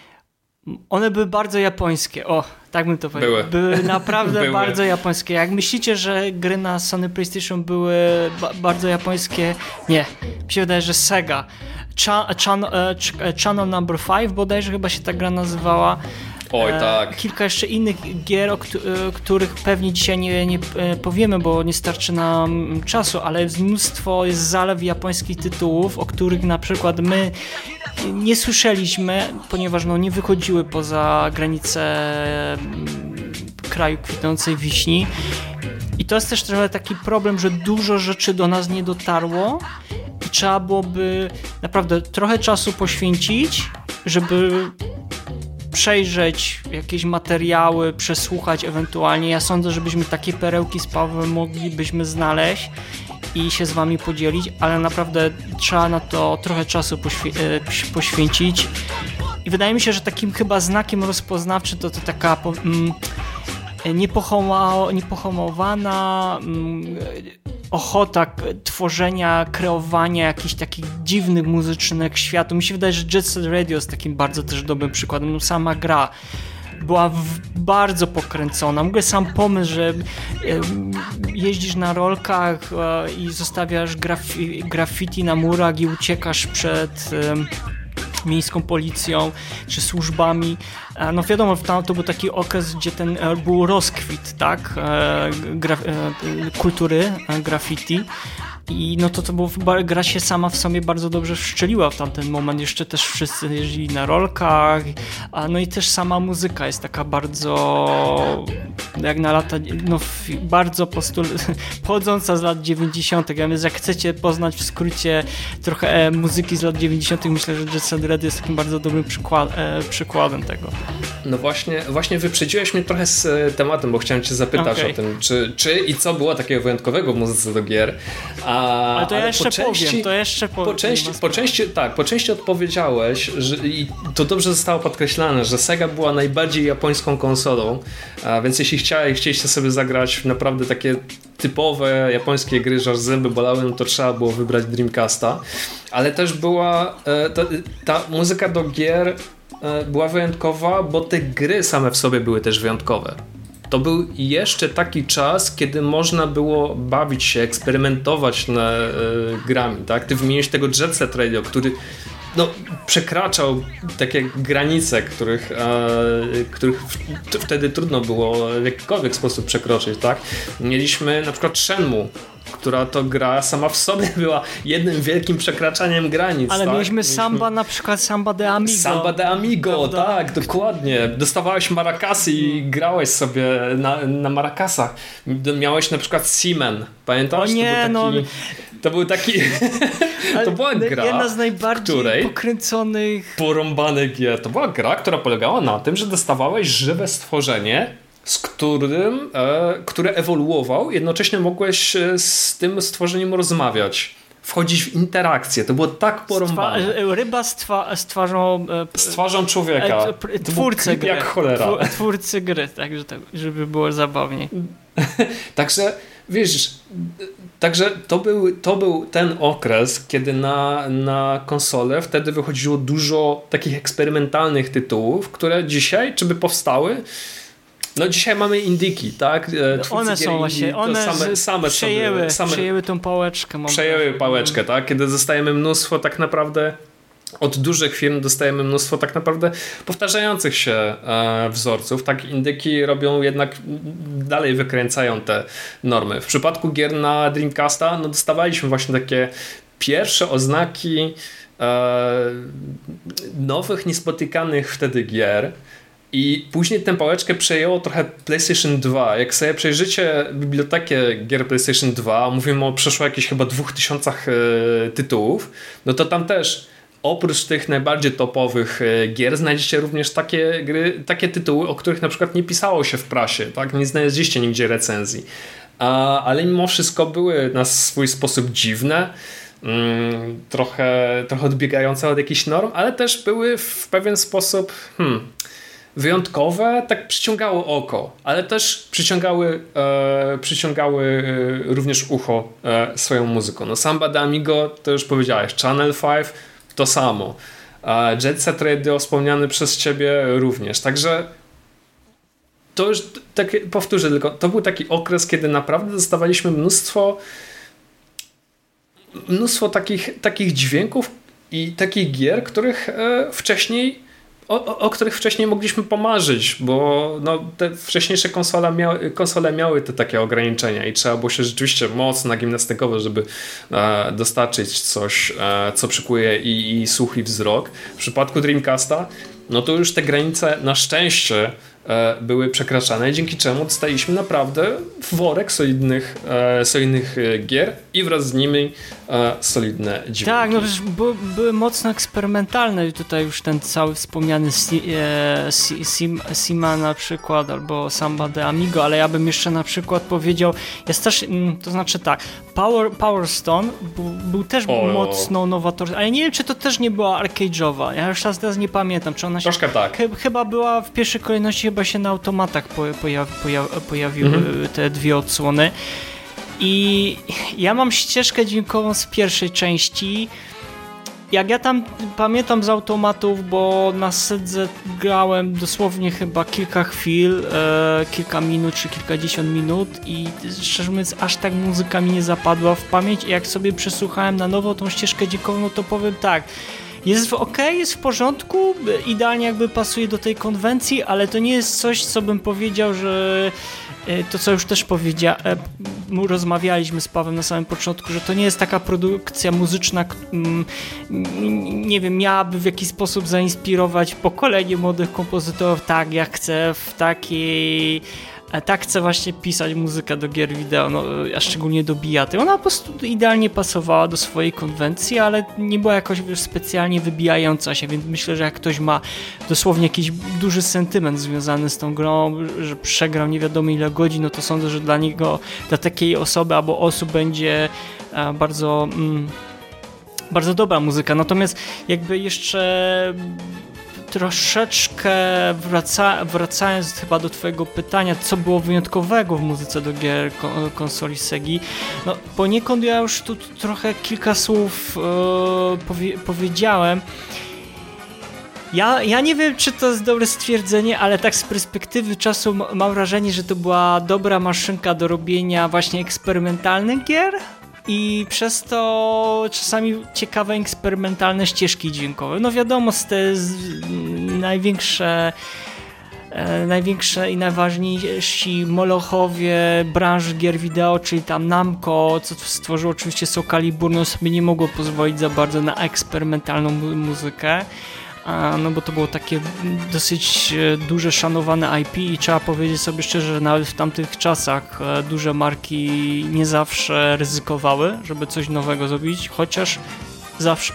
one były bardzo japońskie. Tak bym to powiedział. Były naprawdę bardzo japońskie. Jak myślicie, że gry na Sony PlayStation były bardzo japońskie? Nie. Mi się wydaje, że Sega. Channel Number 5 bodajże chyba się ta gra nazywała. Oj, tak. Kilka jeszcze innych gier, o których pewnie dzisiaj nie powiemy, bo nie starczy nam czasu, ale jest mnóstwo, jest zalew japońskich tytułów, o których na przykład my nie słyszeliśmy, ponieważ nie wychodziły poza granice kraju kwitnącej wiśni. I to jest też trochę taki problem, że dużo rzeczy do nas nie dotarło i trzeba byłoby naprawdę trochę czasu poświęcić, żeby przejrzeć jakieś materiały, przesłuchać ewentualnie. Ja sądzę, żebyśmy takie perełki z Pawłem moglibyśmy znaleźć i się z wami podzielić, ale naprawdę trzeba na to trochę czasu poświęcić. I wydaje mi się, że takim chyba znakiem rozpoznawczym to taka niepohamowana ochota tworzenia, kreowania jakichś takich dziwnych muzycznych światów. Mi się wydaje, że Jet Set Radio jest takim bardzo też dobrym przykładem. Sama gra była bardzo pokręcona. W ogóle sam pomysł, że jeździsz na rolkach i zostawiasz graffiti na murach i uciekasz przed miejską policją czy służbami. No wiadomo, to był taki okres, gdzie był rozkwit, tak? Kultury graffiti. I no to było, gra się sama w sobie bardzo dobrze wszczeliła w tamten moment, jeszcze też wszyscy jeździli na rolkach, no i też sama muzyka jest taka bardzo, jak na lata, no bardzo pochodząca z lat 90. Ja więc jak chcecie poznać w skrócie trochę muzyki z lat 90., myślę, że Jet Set Radio jest takim bardzo dobrym przykładem tego. No właśnie wyprzedziłeś mnie trochę z tematem, bo chciałem cię zapytać o tym, czy i co było takiego wyjątkowego w muzyce do gier. Ale to ja jeszcze powiem. Po części odpowiedziałeś, i to dobrze zostało podkreślane, że Sega była najbardziej japońską konsolą, więc jeśli chcieliście sobie zagrać w naprawdę takie typowe japońskie gry, że aż zęby bolały, no to trzeba było wybrać Dreamcasta, ale też była ta muzyka do gier była wyjątkowa, bo te gry same w sobie były też wyjątkowe. To był jeszcze taki czas, kiedy można było bawić się, eksperymentować grami, tak? Ty wymieniłeś tego Jet Set Radio, który przekraczał takie granice, których wtedy trudno było w jakikolwiek sposób przekroczyć, tak? Mieliśmy na przykład Shenmue, która to gra sama w sobie była jednym wielkim przekraczaniem granic. Ale mieliśmy Samba, na przykład Samba de Amigo. Samba de Amigo, prawda? Tak, dokładnie. Dostawałeś marakasy i grałeś sobie na marakasach. Miałeś na przykład Seaman, pamiętasz? O nie, to był taki to była gra, jedna z najbardziej pokręconych porąbanych gier. To była gra, która polegała na tym, że dostawałeś żywe stworzenie, z które ewoluował, jednocześnie mogłeś z tym stworzeniem rozmawiać, wchodzić w interakcję. To było tak porąbane. Ryba z twarzą człowieka. Twórcy gry. Jak cholera. Twórcy gry, tak, żeby było zabawniej. Także wiesz, to był ten okres, kiedy na konsolę wtedy wychodziło dużo takich eksperymentalnych tytułów, które dzisiaj, czy by powstały, no dzisiaj mamy indyki, tak? One są właśnie, one przejęły tą pałeczkę. Przejęły pałeczkę, tak? Kiedy dostajemy mnóstwo tak naprawdę od dużych firm dostajemy mnóstwo tak naprawdę powtarzających się wzorców. Tak, indyki robią jednak, dalej wykręcają te normy. W przypadku gier na Dreamcasta dostawaliśmy właśnie takie pierwsze oznaki nowych, niespotykanych wtedy gier. I później tę pałeczkę przejęło trochę PlayStation 2. Jak sobie przejrzycie bibliotekę gier PlayStation 2, mówimy o przeszło jakichś chyba 2000 tytułów, no to tam też oprócz tych najbardziej topowych gier znajdziecie również takie tytuły, o których na przykład nie pisało się w prasie, tak? Nie znaleźliście nigdzie recenzji. Ale mimo wszystko były na swój sposób dziwne, trochę odbiegające od jakichś norm, ale też były w pewien sposób wyjątkowe, tak przyciągały oko, ale też przyciągały również ucho swoją muzyką. No Samba de Amigo, to już powiedziałeś, Channel 5 to samo. Jet Set Radio wspomniany przez ciebie również. Także to już, powtórzę tylko, to był taki okres, kiedy naprawdę dostawaliśmy mnóstwo takich dźwięków i takich gier, o których wcześniej mogliśmy pomarzyć, bo te wcześniejsze konsole miały te takie ograniczenia i trzeba było się rzeczywiście mocno nagimnastykować, żeby dostarczyć coś, co przykuje i słuch, i wzrok. W przypadku Dreamcasta, to już te granice na szczęście były przekraczane, dzięki czemu dostaliśmy naprawdę worek solidnych gier i wraz z nimi solidne dźwięki. Tak, przecież były mocno eksperymentalne. Tutaj już ten cały wspomniany Sima na przykład, albo Samba de Amigo, ale ja bym jeszcze na przykład powiedział, jest też, to znaczy tak, Power Stone był też mocno nowatorski, ale nie wiem, czy to też nie była arcade'owa. Ja już teraz nie pamiętam, czy ona się... Troszkę tak. Chyba była w pierwszej kolejności, chyba się na automatach pojawiły te dwie odsłony. I ja mam ścieżkę dźwiękową z pierwszej części. Jak ja tam pamiętam z automatów, bo na Sydze grałem dosłownie chyba kilka chwil, kilka minut czy kilkadziesiąt minut i szczerze mówiąc aż tak muzyka mi nie zapadła w pamięć i jak sobie przesłuchałem na nowo tą ścieżkę dźwiękową, to powiem tak, jest jest w porządku, idealnie jakby pasuje do tej konwencji, ale to nie jest coś, co bym powiedział, że to co już też rozmawialiśmy z Pawłem na samym początku, że to nie jest taka produkcja muzyczna, nie wiem, miałaby w jakiś sposób zainspirować pokolenie młodych kompozytorów, tak, ja chcę w takiej... Tak chcę właśnie pisać muzykę do gier wideo, no, a szczególnie do bijaty. Ona po prostu idealnie pasowała do swojej konwencji, ale nie była jakoś specjalnie wybijająca się, więc myślę, że jak ktoś ma dosłownie jakiś duży sentyment związany z tą grą, że przegrał nie wiadomo ile godzin, no to sądzę, że dla niego, dla takiej osoby albo osób będzie bardzo, bardzo dobra muzyka. Natomiast jakby jeszcze... Troszeczkę wracając chyba do twojego pytania, co było wyjątkowego w muzyce do gier konsoli Segi, no poniekąd ja już tu trochę kilka słów powiedziałem. Ja nie wiem, czy to jest dobre stwierdzenie, ale tak z perspektywy czasu mam wrażenie, że to była dobra maszynka do robienia właśnie eksperymentalnych gier. I przez to czasami ciekawe eksperymentalne ścieżki dźwiękowe. No wiadomo, te największe i najważniejsi molochowie branży gier wideo, czyli tam Namco, co stworzyło oczywiście Soul Calibur, no sobie nie mogło pozwolić za bardzo na eksperymentalną muzykę. No bo to było takie dosyć duże, szanowane IP i trzeba powiedzieć sobie szczerze, że nawet w tamtych czasach duże marki nie zawsze ryzykowały, żeby coś nowego zrobić, chociaż zawsze,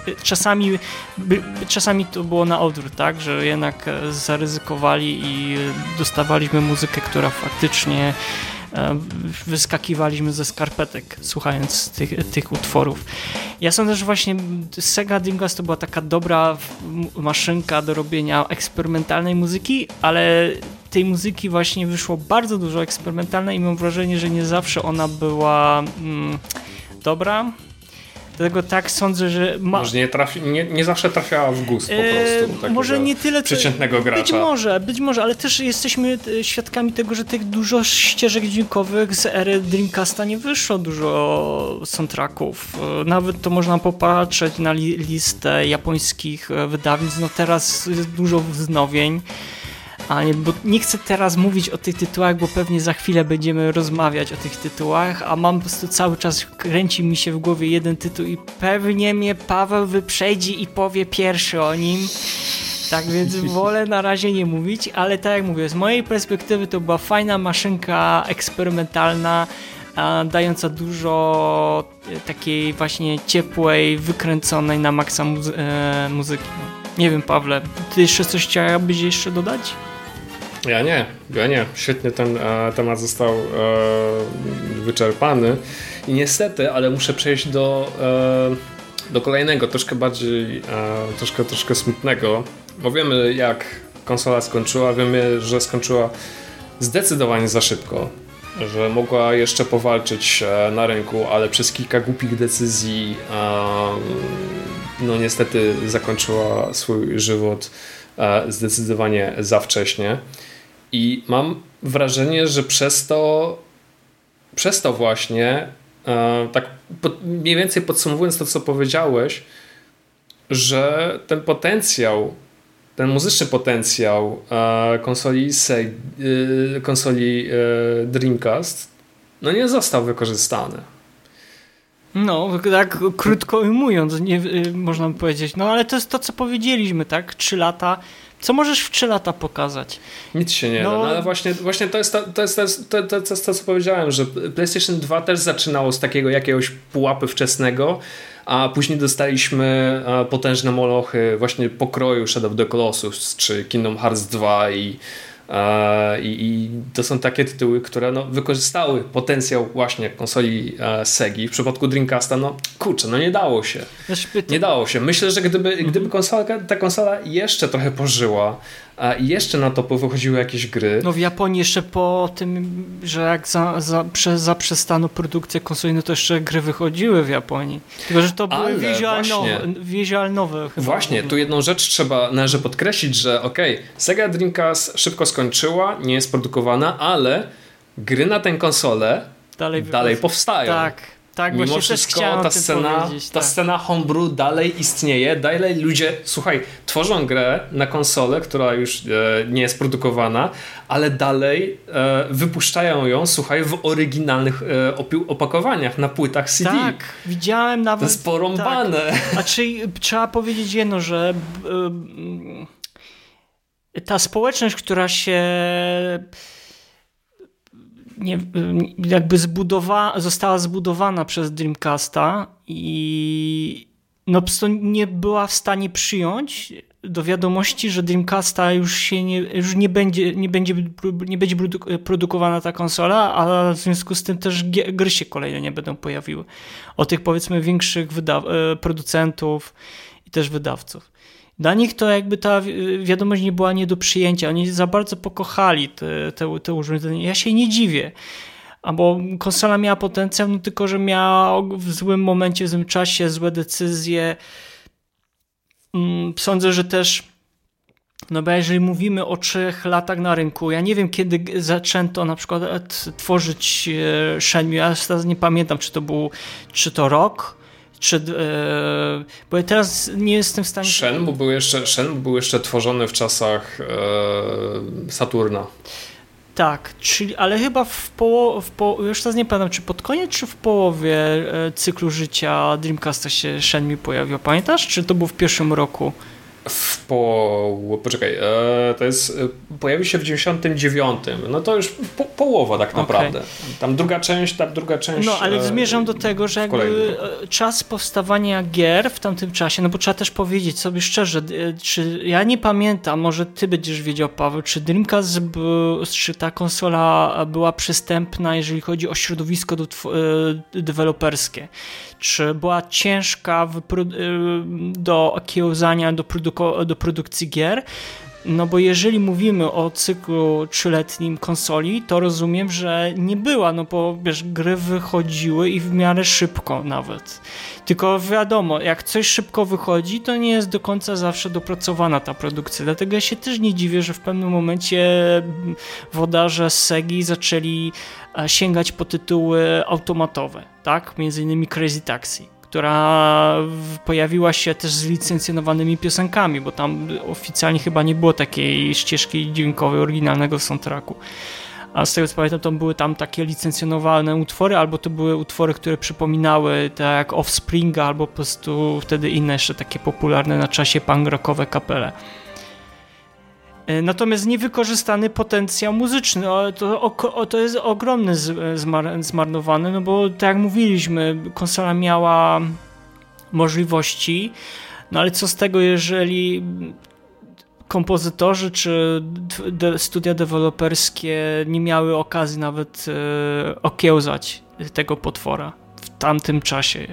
czasami to było na odwrót, tak, że jednak zaryzykowali i dostawaliśmy muzykę, która faktycznie wyskakiwaliśmy ze skarpetek słuchając tych utworów. Ja sądzę, że właśnie Sega Dreamcast to była taka dobra maszynka do robienia eksperymentalnej muzyki, ale tej muzyki właśnie wyszło bardzo dużo eksperymentalnej i mam wrażenie, że nie zawsze ona była dobra. Dlatego tak sądzę, że... Może nie zawsze trafiała w gust po prostu. Może nie tyle... Przeciętnego gracza. Być może, ale też jesteśmy świadkami tego, że tych dużo ścieżek dźwiękowych z ery Dreamcasta nie wyszło dużo soundtracków. Nawet to można popatrzeć na listę japońskich wydawnictw. No teraz jest dużo wznowień. Bo nie chcę teraz mówić o tych tytułach, bo pewnie za chwilę będziemy rozmawiać o tych tytułach, a mam po prostu cały czas, kręci mi się w głowie jeden tytuł i pewnie mnie Paweł wyprzedzi i powie pierwszy o nim. Tak więc wolę na razie nie mówić, ale tak jak mówię, z mojej perspektywy to była fajna maszynka eksperymentalna, dająca dużo takiej właśnie ciepłej, wykręconej na maksa muzyki. Nie wiem, Pawle, ty jeszcze coś chciałbyś jeszcze dodać? Ja nie. Świetnie ten temat został wyczerpany i niestety, ale muszę przejść do kolejnego, troszkę bardziej, troszkę smutnego, bo wiemy jak konsola skończyła, wiemy, że skończyła zdecydowanie za szybko, że mogła jeszcze powalczyć na rynku, ale przez kilka głupich decyzji no niestety zakończyła swój żywot zdecydowanie za wcześnie i mam wrażenie, że przez to właśnie tak mniej więcej podsumowując to, co powiedziałeś, że ten muzyczny potencjał konsoli Dreamcast no nie został wykorzystany. No, tak krótko ujmując, można by powiedzieć. No, ale to jest to, co powiedzieliśmy, tak? 3 lata. Co możesz w 3 lata pokazać? Nic się nie da. No, ale właśnie to jest to, co powiedziałem, że PlayStation 2 też zaczynało z takiego jakiegoś pułapy wczesnego, a później dostaliśmy potężne molochy właśnie pokroju Shadow of the Colossus czy Kingdom Hearts 2 i to są takie tytuły, które no, wykorzystały potencjał właśnie konsoli Segi. W przypadku Dreamcasta, no kurczę, no nie dało się. Nie dało się. Myślę, że gdyby ta konsola jeszcze trochę pożyła i jeszcze na to wychodziły jakieś gry. No w Japonii jeszcze po tym, że jak zaprzestano produkcję konsoli, no to jeszcze gry wychodziły w Japonii. Tylko, że to były wizualnowe chyba. Właśnie, tu jedną rzecz należy podkreślić, że Sega Dreamcast szybko skończyła, nie jest produkowana, ale gry na tę konsolę dalej powstają. Tak. Tak, mimo właśnie wszystko też chciałem ta o tym scena, powiedzieć, ta tak. scena homebrew dalej istnieje, dalej ludzie, słuchaj, tworzą grę na konsolę, która już nie jest produkowana, ale dalej wypuszczają ją, słuchaj, w oryginalnych opakowaniach, na płytach CD. Tak, widziałem nawet... To jest porąbane. Tak. A trzeba powiedzieć jedno, że ta społeczność, która się jakby została zbudowana przez Dreamcasta i no po prostu nie była w stanie przyjąć do wiadomości, że Dreamcasta już nie będzie produkowana ta konsola, a w związku z tym też gry się kolejne nie będą pojawiły. O tych powiedzmy większych producentów i też wydawców. Dla nich to jakby ta wiadomość nie była nie do przyjęcia. Oni za bardzo pokochali te urządzenie. Ja się nie dziwię. Bo konsola miała potencjał, no tylko że miała w złym momencie, w złym czasie złe decyzje. Sądzę, że też, no bo jeżeli mówimy o 3 latach na rynku, ja nie wiem kiedy zaczęto na przykład tworzyć Shenmue, ja teraz nie pamiętam czy to rok, bo ja teraz nie jestem w stanie... Shenmue był jeszcze tworzony w czasach Saturna. Tak, ale chyba już teraz nie pamiętam, czy pod koniec, czy w połowie cyklu życia Dreamcasta się Shenmue pojawił. Pamiętasz, czy to było w pierwszym roku? Poczekaj, to jest, pojawił się w 99, no to już połowa tak naprawdę. Okay. Tam druga część. No, ale zmierzam do tego, że jakby czas powstawania gier w tamtym czasie, no bo trzeba też powiedzieć sobie szczerze, ja nie pamiętam, może ty będziesz wiedział, Paweł, czy Dreamcast, czy ta konsola była przystępna, jeżeli chodzi o środowisko deweloperskie. Czy była ciężka do okiełzania, do produkcji gier? No bo jeżeli mówimy o cyklu 3-letnim konsoli, to rozumiem, że nie była, no bo wiesz, gry wychodziły i w miarę szybko nawet. Tylko wiadomo, jak coś szybko wychodzi, to nie jest do końca zawsze dopracowana ta produkcja. Dlatego ja się też nie dziwię, że w pewnym momencie włodarze z Segi zaczęli sięgać po tytuły automatowe, tak? Między innymi Crazy Taxi, która pojawiła się też z licencjonowanymi piosenkami, bo tam oficjalnie chyba nie było takiej ścieżki dźwiękowej oryginalnego soundtracku. A z tego co pamiętam, to były tam takie licencjonowane utwory, albo to były utwory, które przypominały tak jak Offspringa, albo po prostu wtedy inne jeszcze takie popularne na czasie punk rockowe kapele. Natomiast niewykorzystany potencjał muzyczny, to jest ogromny zmarnowany, no bo tak jak mówiliśmy, konsola miała możliwości, no ale co z tego, jeżeli kompozytorzy czy studia deweloperskie nie miały okazji nawet okiełzać tego potwora w tamtym czasie.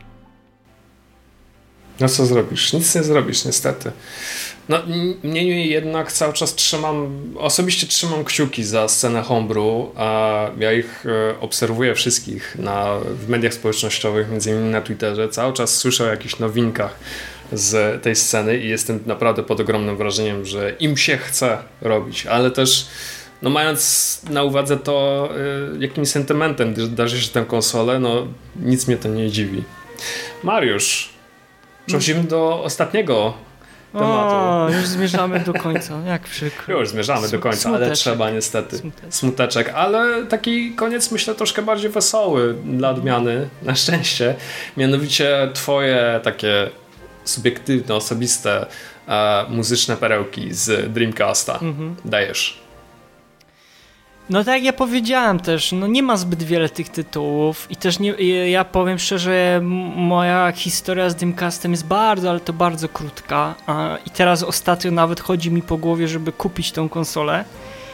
No co zrobisz? Nic nie zrobisz niestety. No niemniej jednak cały czas osobiście trzymam kciuki za scenę homebrew, a ja ich obserwuję wszystkich w mediach społecznościowych, między innymi na Twitterze. Cały czas słyszę o jakichś nowinkach z tej sceny i jestem naprawdę pod ogromnym wrażeniem, że im się chce robić, ale też no mając na uwadze to, jakim sentymentem darzysz tę konsolę, no nic mnie to nie dziwi. Mariusz, przechodzimy do ostatniego tematu. Już zmierzamy do końca, jak przykro. Już zmierzamy do końca, smuteczek. Ale trzeba niestety. Smuteczek, ale taki koniec myślę troszkę bardziej wesoły dla odmiany, na szczęście. Mianowicie twoje takie subiektywne, osobiste muzyczne perełki z Dreamcasta. Dajesz. No tak jak ja powiedziałem też, no nie ma zbyt wiele tych tytułów i też ja powiem szczerze, moja historia z Dreamcastem jest bardzo, ale to bardzo krótka i teraz ostatnio nawet chodzi mi po głowie, żeby kupić tą konsolę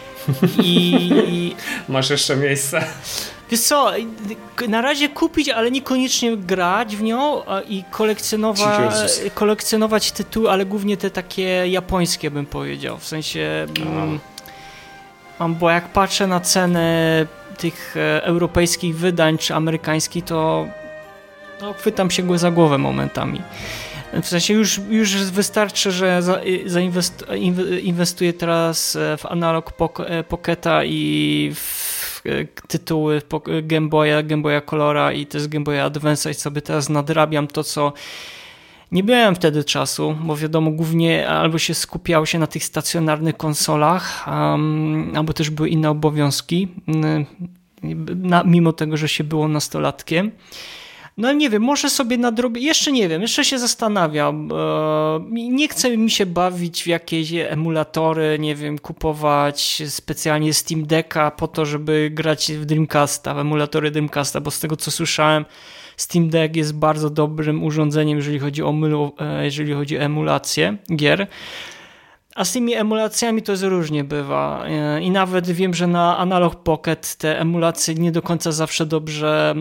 i masz jeszcze miejsce? Wiesz co, na razie kupić, ale niekoniecznie grać w nią i kolekcjonować tytuły, ale głównie te takie japońskie bym powiedział, w sensie... Bo jak patrzę na cenę tych europejskich wydań czy amerykańskich, to chwytam się za głowę momentami. W sensie już wystarczy, że inwestuję teraz w Analog Pocketa i w tytuły Game Boya Colora i też Game Boya Advance'a i sobie teraz nadrabiam to, co nie miałem wtedy czasu, bo wiadomo, głównie albo się skupiało się na tych stacjonarnych konsolach, albo też były inne obowiązki, mimo tego, że się było nastolatkiem. No nie wiem, może sobie nadrobię, jeszcze nie wiem, jeszcze się zastanawiam. Nie chce mi się bawić w jakieś emulatory, nie wiem, kupować specjalnie Steam Decka po to, żeby grać w Dreamcasta, w emulatory Dreamcasta, bo z tego co słyszałem, Steam Deck jest bardzo dobrym urządzeniem, jeżeli chodzi o emulację gier. A z tymi emulacjami to różnie bywa. I nawet wiem, że na Analog Pocket te emulacje nie do końca zawsze dobrze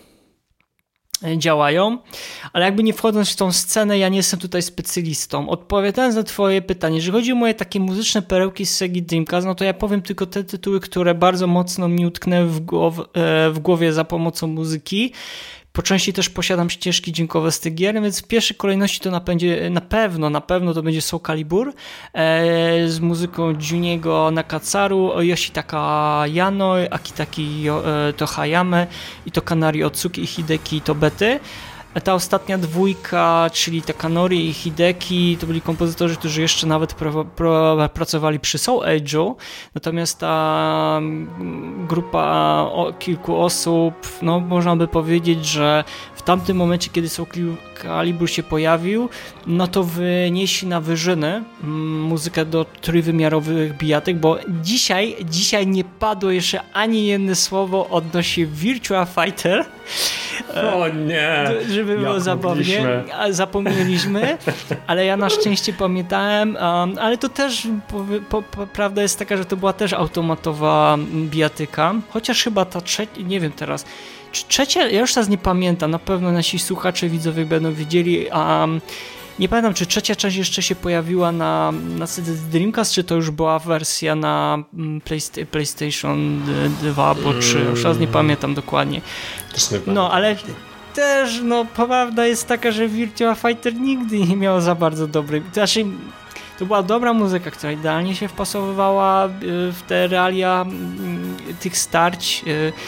działają, ale jakby nie wchodząc w tą scenę, ja nie jestem tutaj specjalistą. Odpowiadając na twoje pytanie, jeżeli chodzi o moje takie muzyczne perełki z Segi Dreamcast, no to ja powiem tylko te tytuły, które bardzo mocno mi utknęły w głowie za pomocą muzyki. Po części też posiadam ścieżki dźwiękowe z tych gier, więc w pierwszej kolejności to na pewno to będzie Soul Calibur z muzyką Juniego Nakatsaru, Yoshitaka Yano, Akitaki to Hayame i to Kanari Otsuki i Hideki Tobety. Ta ostatnia dwójka, czyli Takanori i Hideki, to byli kompozytorzy, którzy jeszcze nawet pracowali przy Soul Age'u, natomiast ta grupa kilku osób, no można by powiedzieć, że w tamtym momencie, kiedy Soul Calibur się pojawił, no to wynieśli na wyżyny muzykę do trójwymiarowych bijatyk, bo dzisiaj nie padło jeszcze ani jedno słowo odnośnie Virtua Fighter. O nie! Żeby było zabawnie. Zapomnieliśmy, ale ja na szczęście pamiętałem, ale to też prawda jest taka, że to była też automatowa bijatyka, chociaż chyba ta trzecia, nie wiem teraz, trzecia, ja już teraz nie pamiętam, na pewno nasi słuchacze, widzowie będą wiedzieli, nie pamiętam, czy trzecia część jeszcze się pojawiła na CD Dreamcast, czy to już była wersja na PlayStation 2 albo 3, już teraz nie pamiętam dokładnie. No, ale też, no, prawda jest taka, że Virtua Fighter nigdy nie miało za bardzo dobrej, znaczy to była dobra muzyka, która idealnie się wpasowywała w te realia tych starć,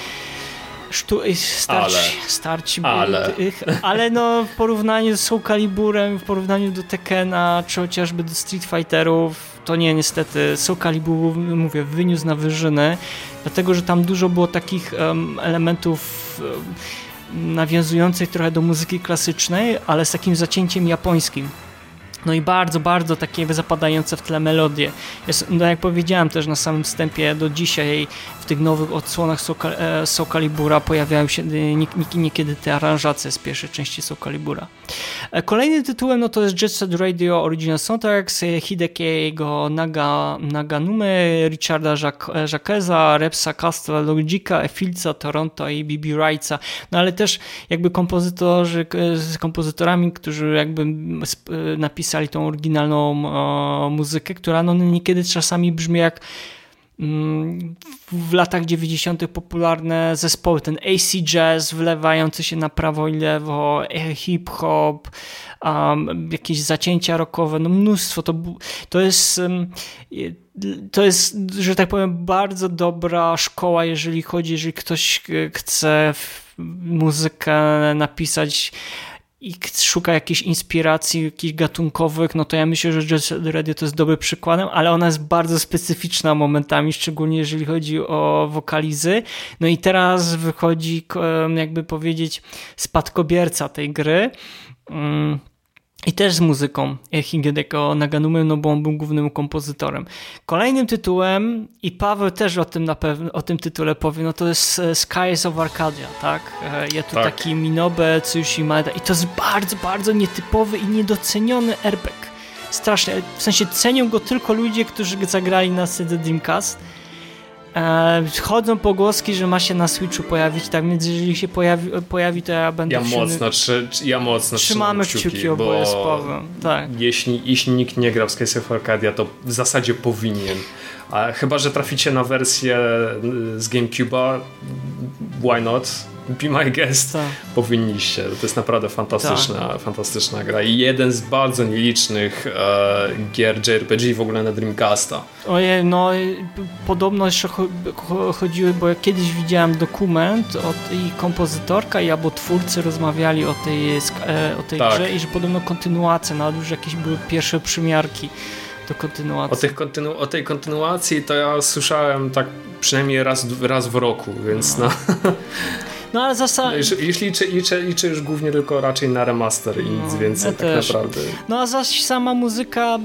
ale no w porównaniu z Soul Caliburem, w porównaniu do Tekkena, czy chociażby do Street Fighterów, to nie, niestety Soul Calibur, mówię, wyniósł na wyżyny, dlatego, że tam dużo było takich elementów nawiązujących trochę do muzyki klasycznej, ale z takim zacięciem japońskim. No i bardzo, bardzo takie zapadające w tle melodie. No jak powiedziałem też na samym wstępie, do dzisiaj w tych nowych odsłonach Soul Calibura pojawiają się niekiedy te aranżacje z pierwszej części Soul Calibura. Kolejnym tytułem no to jest Jet Set Radio Original Soundtracks Hidekiego Naganumy, Richarda Jacqueza, Repsa Castle, Logic'a, Filca, Toronto i B.B. Wrightsa. No ale też jakby kompozytorami, którzy jakby napisali tą oryginalną muzykę, która no niekiedy czasami brzmi jak w latach 90. popularne zespoły, ten AC Jazz wlewający się na prawo i lewo, hip-hop, jakieś zacięcia rockowe, no mnóstwo. To jest, że tak powiem, bardzo dobra szkoła, jeżeli ktoś chce muzykę napisać i szuka jakichś inspiracji, jakichś gatunkowych, no to ja myślę, że Jet Set Radio to jest dobry przykładem, ale ona jest bardzo specyficzna momentami, szczególnie jeżeli chodzi o wokalizy. No i teraz wychodzi, jakby powiedzieć, spadkobierca tej gry. I też z muzyką Hideko Naganumy, no bo on był głównym kompozytorem. Kolejnym tytułem, i Paweł też o tym tytule powie, no to jest Skies of Arcadia, tak? Ja tu taki Minobe, Tsuyoshi Maeda i to jest bardzo, bardzo nietypowy i niedoceniony RPG. Strasznie, w sensie cenią go tylko ludzie, którzy zagrali na CD Dreamcast. Chodzą pogłoski, że ma się na Switchu pojawić, tak więc jeżeli się pojawi, to ja będę mocno trzymamy kciuki obowiązkowo. Tak. Jeśli nikt nie grał w Skies of Arcadia, to w zasadzie powinien. Chyba że traficie na wersję z GameCube'a, why not? Be My Guest, powinniście. To jest naprawdę fantastyczna gra i jeden z bardzo nielicznych gier JRPG w ogóle na Dreamcasta. Ojej, no podobno jeszcze chodziły, bo ja kiedyś widziałem dokument od i kompozytorka i albo twórcy rozmawiali o tej grze i że podobno kontynuacja, nawet już jakieś były pierwsze przymiarki do kontynuacji. O tej kontynuacji to ja słyszałem tak przynajmniej raz w roku, więc No ale jeśli liczę już głównie tylko raczej na remaster i nic więcej tak naprawdę. No a zaś sama muzyka,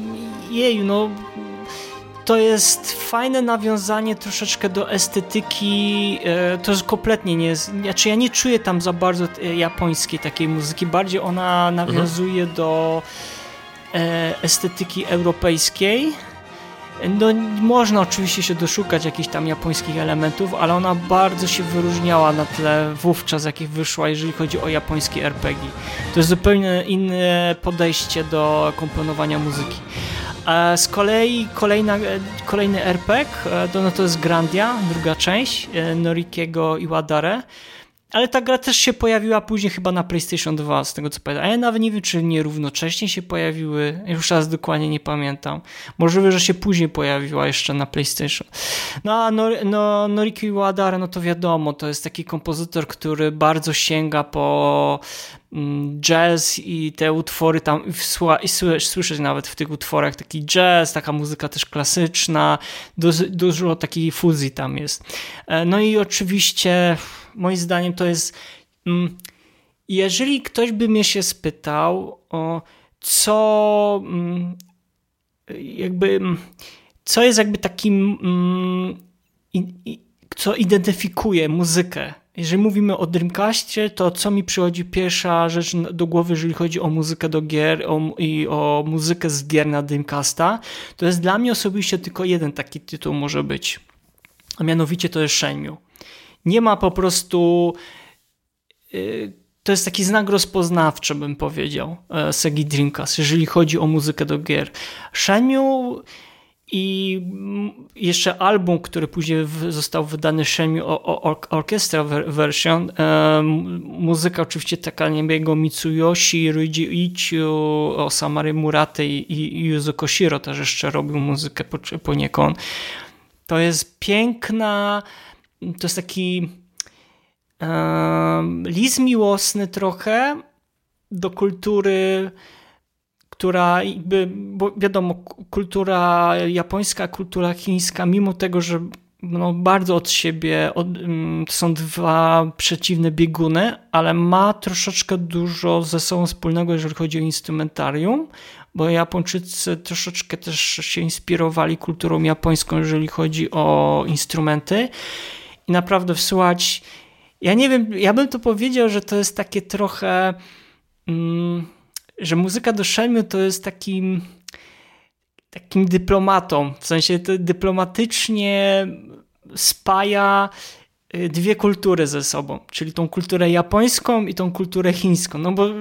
to jest fajne nawiązanie troszeczkę do estetyki, to jest kompletnie nie jest, znaczy ja nie czuję tam za bardzo japońskiej takiej muzyki, bardziej ona nawiązuje do estetyki europejskiej. No można oczywiście się doszukać jakichś tam japońskich elementów, ale ona bardzo się wyróżniała na tle wówczas, jakich wyszła, jeżeli chodzi o japońskie RPG. To jest zupełnie inne podejście do komponowania muzyki. A z kolei kolejny RPG to jest Grandia, druga część Norikiego Iwadare. Ale ta gra też się pojawiła później chyba na PlayStation 2, z tego co pamiętam. A ja nawet nie wiem, czy nie równocześnie się pojawiły. Już raz dokładnie nie pamiętam. Możliwe, że się później pojawiła jeszcze na PlayStation. No a Noriki Iwadare, no to wiadomo, to jest taki kompozytor, który bardzo sięga po jazz i te utwory tam słyszeć nawet w tych utworach taki jazz, taka muzyka też klasyczna, dużo takiej fuzji tam jest. No i oczywiście moim zdaniem to jest, jeżeli ktoś by mnie się spytał o co jest jakby takim co identyfikuje muzykę. Jeżeli mówimy o Dreamcastie, to co mi przychodzi pierwsza rzecz do głowy, jeżeli chodzi o muzykę do gier i o muzykę z gier na Dreamcasta, to jest dla mnie osobiście tylko jeden taki tytuł może być. A mianowicie to jest Shenmue. Nie ma po prostu... To jest taki znak rozpoznawczy, bym powiedział, Segi Dreamcast, jeżeli chodzi o muzykę do gier. Shenmue i jeszcze album, który później został wydany, Shenmue Orchestra Version. Muzyka oczywiście taka Niebego Mitsuyoshi, Ryuji Ichiu, Osamary Murate i Yuzo Koshiro też jeszcze robił muzykę poniekąd. To jest piękna, to jest taki list miłosny trochę do kultury, która jakby, bo wiadomo, kultura japońska, kultura chińska, mimo tego, że bardzo od siebie to są dwa przeciwne bieguny, ale ma troszeczkę dużo ze sobą wspólnego, jeżeli chodzi o instrumentarium, bo Japończycy troszeczkę też się inspirowali kulturą japońską, jeżeli chodzi o instrumenty i naprawdę wsłuchać, ja nie wiem, ja bym to powiedział, że to jest takie trochę że muzyka do Shenmue to jest takim dyplomatą, w sensie to dyplomatycznie spaja dwie kultury ze sobą, czyli tą kulturę japońską i tą kulturę chińską, no bo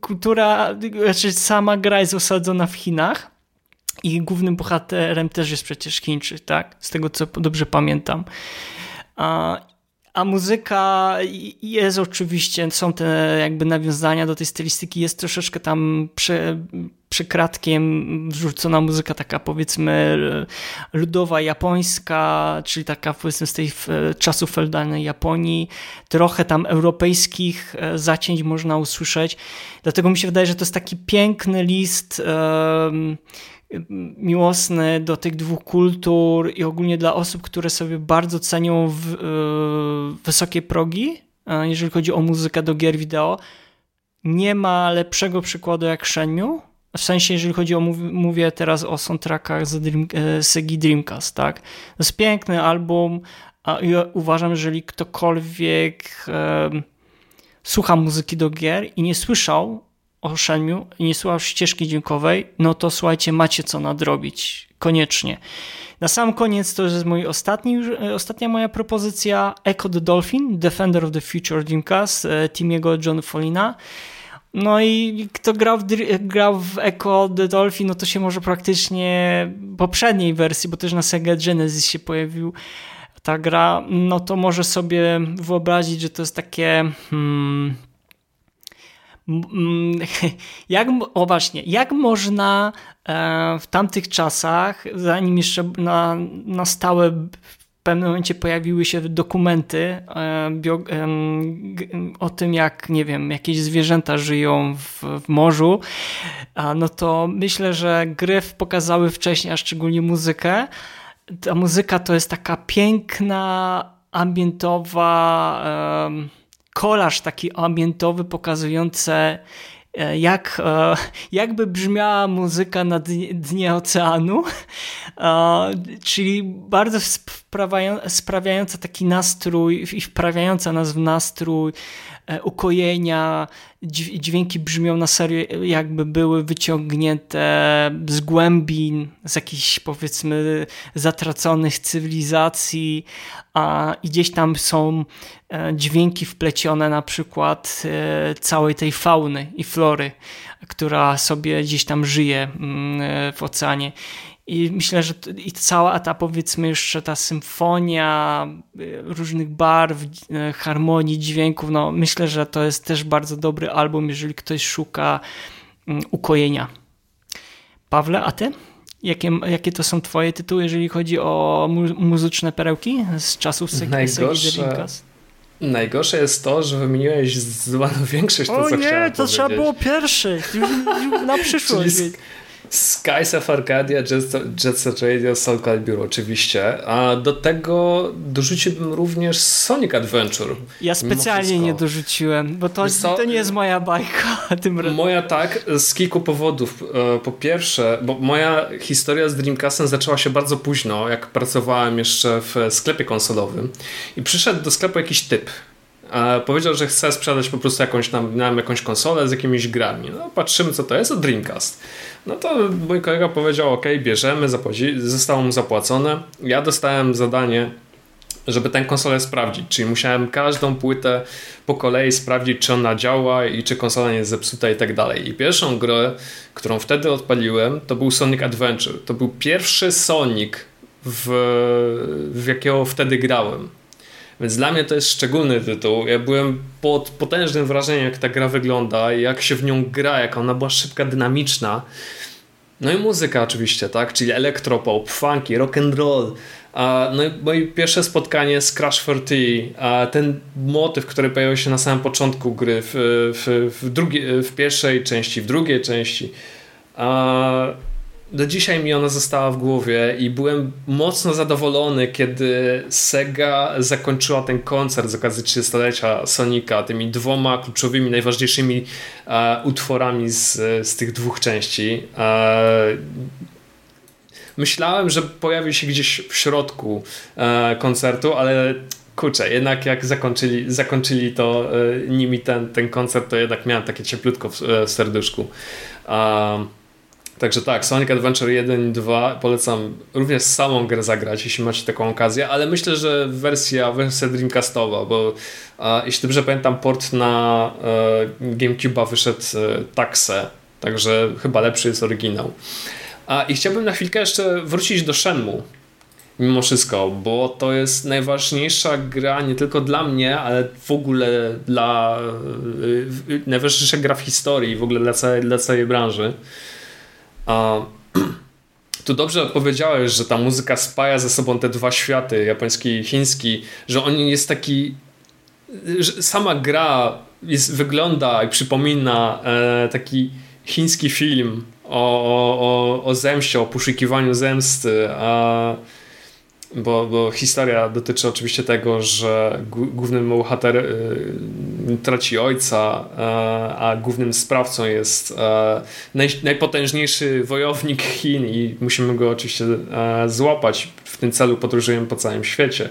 sama gra jest osadzona w Chinach i głównym bohaterem też jest przecież Chińczyk, tak? Z tego co dobrze pamiętam. A muzyka jest oczywiście, są te jakby nawiązania do tej stylistyki, jest troszeczkę tam przykradkiem wrzucona muzyka taka powiedzmy ludowa japońska, czyli taka powiedzmy z tej czasów feudalnej Japonii, trochę tam europejskich zacięć można usłyszeć, dlatego mi się wydaje, że to jest taki piękny list miłosny do tych dwóch kultur i ogólnie dla osób, które sobie bardzo cenią wysokie progi, jeżeli chodzi o muzykę do gier wideo. Nie ma lepszego przykładu jak Shenmue, w sensie jeżeli chodzi o, mówię teraz o soundtrackach z Segi Dreamcast, tak? To jest piękny album i uważam, że jeżeli ktokolwiek słucha muzyki do gier i nie słyszał o Shenmue i nie słuchał ścieżki dźwiękowej, no to słuchajcie, macie co nadrobić. Koniecznie. Na sam koniec to jest ostatnia moja propozycja, Echo the Dolphin, Defender of the Future Dreamcast, Timiego John Follina. No i kto grał w Echo the Dolphin, no to się może praktycznie poprzedniej wersji, bo też na Sega Genesis się pojawił, ta gra, no to może sobie wyobrazić, że to jest takie... jak można w tamtych czasach, zanim jeszcze na stałe w pewnym momencie pojawiły się dokumenty o tym, jak, nie wiem, jakieś zwierzęta żyją w morzu, no to myślę, że gry pokazały wcześniej, a szczególnie muzykę. Ta muzyka to jest taka piękna, ambientowa, kolaż taki ambientowy pokazujący jakby brzmiała muzyka na dnie oceanu, czyli bardzo sprawiająca taki nastrój i wprawiająca nas w nastrój ukojenia. Dźwięki brzmią na serio, jakby były wyciągnięte z głębin, z jakichś, powiedzmy, zatraconych cywilizacji, i gdzieś tam są dźwięki wplecione, na przykład całej tej fauny i flory, która sobie gdzieś tam żyje w oceanie. I myślę, że i cała ta, powiedzmy, jeszcze ta symfonia różnych barw, harmonii, dźwięków, no myślę, że to jest też bardzo dobry album, jeżeli ktoś szuka ukojenia. Pawle, a ty? Jakie to są twoje tytuły, jeżeli chodzi o muzyczne perełki z czasów Segi Dreamcast? Najgorsze jest to, że wymieniłeś zwaną większość to, co chciałem powiedzieć. O nie, to trzeba było pierwszy. Na przyszłość. Skies of Arcadia, Jet Set Radio, Soul Calibur oczywiście, a do tego dorzuciłbym również Sonic Adventure. Ja specjalnie nie dorzuciłem, bo to nie jest moja bajka tym razem. Moja tak, z kilku powodów. Po pierwsze, bo moja historia z Dreamcastem zaczęła się bardzo późno, jak pracowałem jeszcze w sklepie konsolowym i przyszedł do sklepu jakiś typ. Powiedział, że chce sprzedać po prostu jakąś konsolę z jakimiś grami. No, patrzymy, co to jest, to Dreamcast. No to mój kolega powiedział, ok, bierzemy, zostało mu zapłacone. Ja dostałem zadanie, żeby tę konsolę sprawdzić, czyli musiałem każdą płytę po kolei sprawdzić, czy ona działa i czy konsola nie jest zepsuta i tak dalej. I pierwszą grę, którą wtedy odpaliłem, to był Sonic Adventure. To był pierwszy Sonic, w jakiego wtedy grałem. Więc dla mnie to jest szczególny tytuł. Ja byłem pod potężnym wrażeniem, jak ta gra wygląda, jak się w nią gra, jak ona była szybka, dynamiczna. No i muzyka oczywiście, tak? Czyli elektropop, funky, rock and roll. No i moje pierwsze spotkanie z Crash 4T, ten motyw, który pojawił się na samym początku gry, w pierwszej części, w drugiej części. Do dzisiaj mi ona została w głowie i byłem mocno zadowolony, kiedy Sega zakończyła ten koncert z okazji 30-lecia Sonika tymi dwoma kluczowymi, najważniejszymi utworami z tych dwóch części. Myślałem, że pojawi się gdzieś w środku koncertu, ale kurczę, jednak jak zakończyli to nimi ten koncert, to jednak miałem takie cieplutko w serduszku. Także tak, Sonic Adventure 1 i 2 polecam również samą grę zagrać, jeśli macie taką okazję, ale myślę, że wersja Dreamcastowa, bo jeśli dobrze pamiętam, port na GameCube'a wyszedł Taxe, także chyba lepszy jest oryginał. I chciałbym na chwilkę jeszcze wrócić do Shenmue, mimo wszystko, bo to jest najważniejsza gra nie tylko dla mnie, ale w ogóle najważniejsza gra w historii, w ogóle dla całej branży. Tu dobrze powiedziałeś, że ta muzyka spaja ze sobą te dwa światy, japoński i chiński, że on jest taki, że sama gra wygląda i przypomina taki chiński film o zemście, o poszukiwaniu zemsty, bo historia dotyczy oczywiście tego, że główny bohater traci ojca, a głównym sprawcą jest najpotężniejszy wojownik Chin i musimy go oczywiście złapać. W tym celu podróżujemy po całym świecie.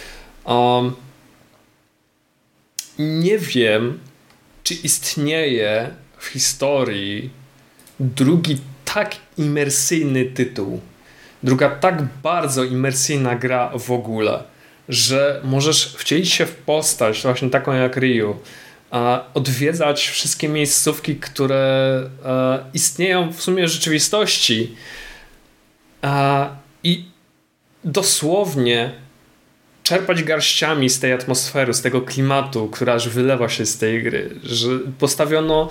Nie wiem, czy istnieje w historii drugi tak imersyjny tytuł, druga tak bardzo imersyjna gra w ogóle, że możesz wcielić się w postać właśnie taką jak Ryu, odwiedzać wszystkie miejscówki, które istnieją w sumie w rzeczywistości i dosłownie czerpać garściami z tej atmosfery, z tego klimatu, która aż wylewa się z tej gry, że postawiono,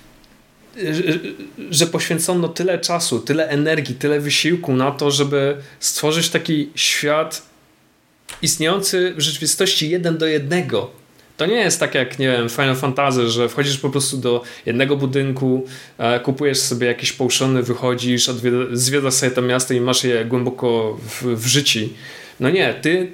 że poświęcono tyle czasu, tyle energii, tyle wysiłku na to, żeby stworzyć taki świat istniejący w rzeczywistości 1:1. To nie jest tak jak, nie wiem, Final Fantasy, że wchodzisz po prostu do jednego budynku, kupujesz sobie jakieś potiony, wychodzisz, zwiedzasz sobie to miasto i masz je głęboko w życiu. No nie, ty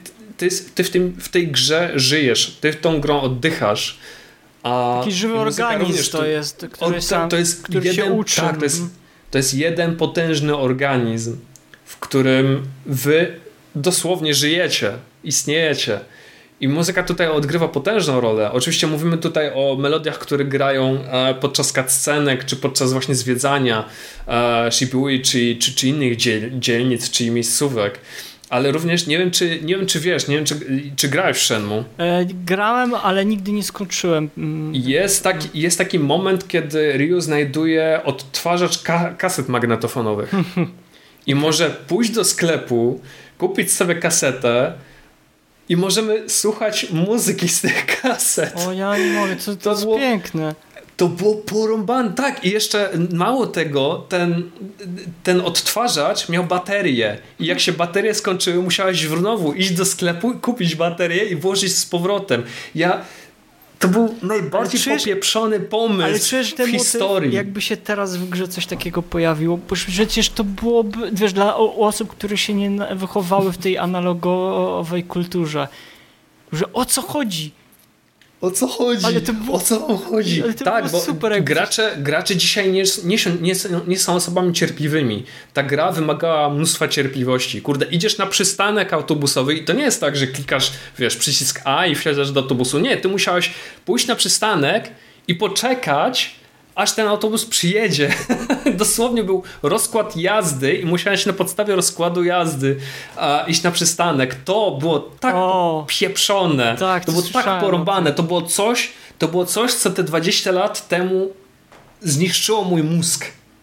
w tej grze żyjesz, ty tą grą oddychasz. Taki żywy organizm to jest, który się uczy. Tak, to jest jeden potężny organizm, w którym wy dosłownie żyjecie, istniejecie. I muzyka tutaj odgrywa potężną rolę. Oczywiście mówimy tutaj o melodiach, które grają podczas cutscenek, czy podczas właśnie zwiedzania Shibui, czy innych dzielnic, czy miejscówek. Ale również nie wiem, czy wiesz, nie wiem, czy grałeś w Shenmue. Grałem, ale nigdy nie skończyłem. Jest taki moment, kiedy Ryu znajduje odtwarzacz kaset magnetofonowych. I może pójść do sklepu, kupić sobie kasetę i możemy słuchać muzyki z tych kaset. O, ja nie mogę, to jest piękne. To było porąbane. Tak, i jeszcze mało tego, ten odtwarzacz miał baterię. I jak się baterie skończyły, musiałeś znowu iść do sklepu, kupić baterię i włożyć z powrotem. To był najbardziej popieprzony pomysł w historii. Jakby się teraz w grze coś takiego pojawiło, bo przecież to byłoby, wiesz, dla osób, które się nie wychowały w tej analogowej kulturze, że o co chodzi? O co chodzi? O co chodzi? Tak, bo super, gracze dzisiaj nie są osobami cierpliwymi. Ta gra wymagała mnóstwa cierpliwości. Kurde, idziesz na przystanek autobusowy i to nie jest tak, że klikasz, wiesz, przycisk A i wsiadasz do autobusu. Nie, ty musiałeś pójść na przystanek i poczekać, aż ten autobus przyjedzie. Dosłownie był rozkład jazdy i musiałeś na podstawie rozkładu jazdy iść na przystanek. To było tak pieprzone. Tak, to było tak porąbane. To było coś, co te 20 lat temu zniszczyło mój mózg.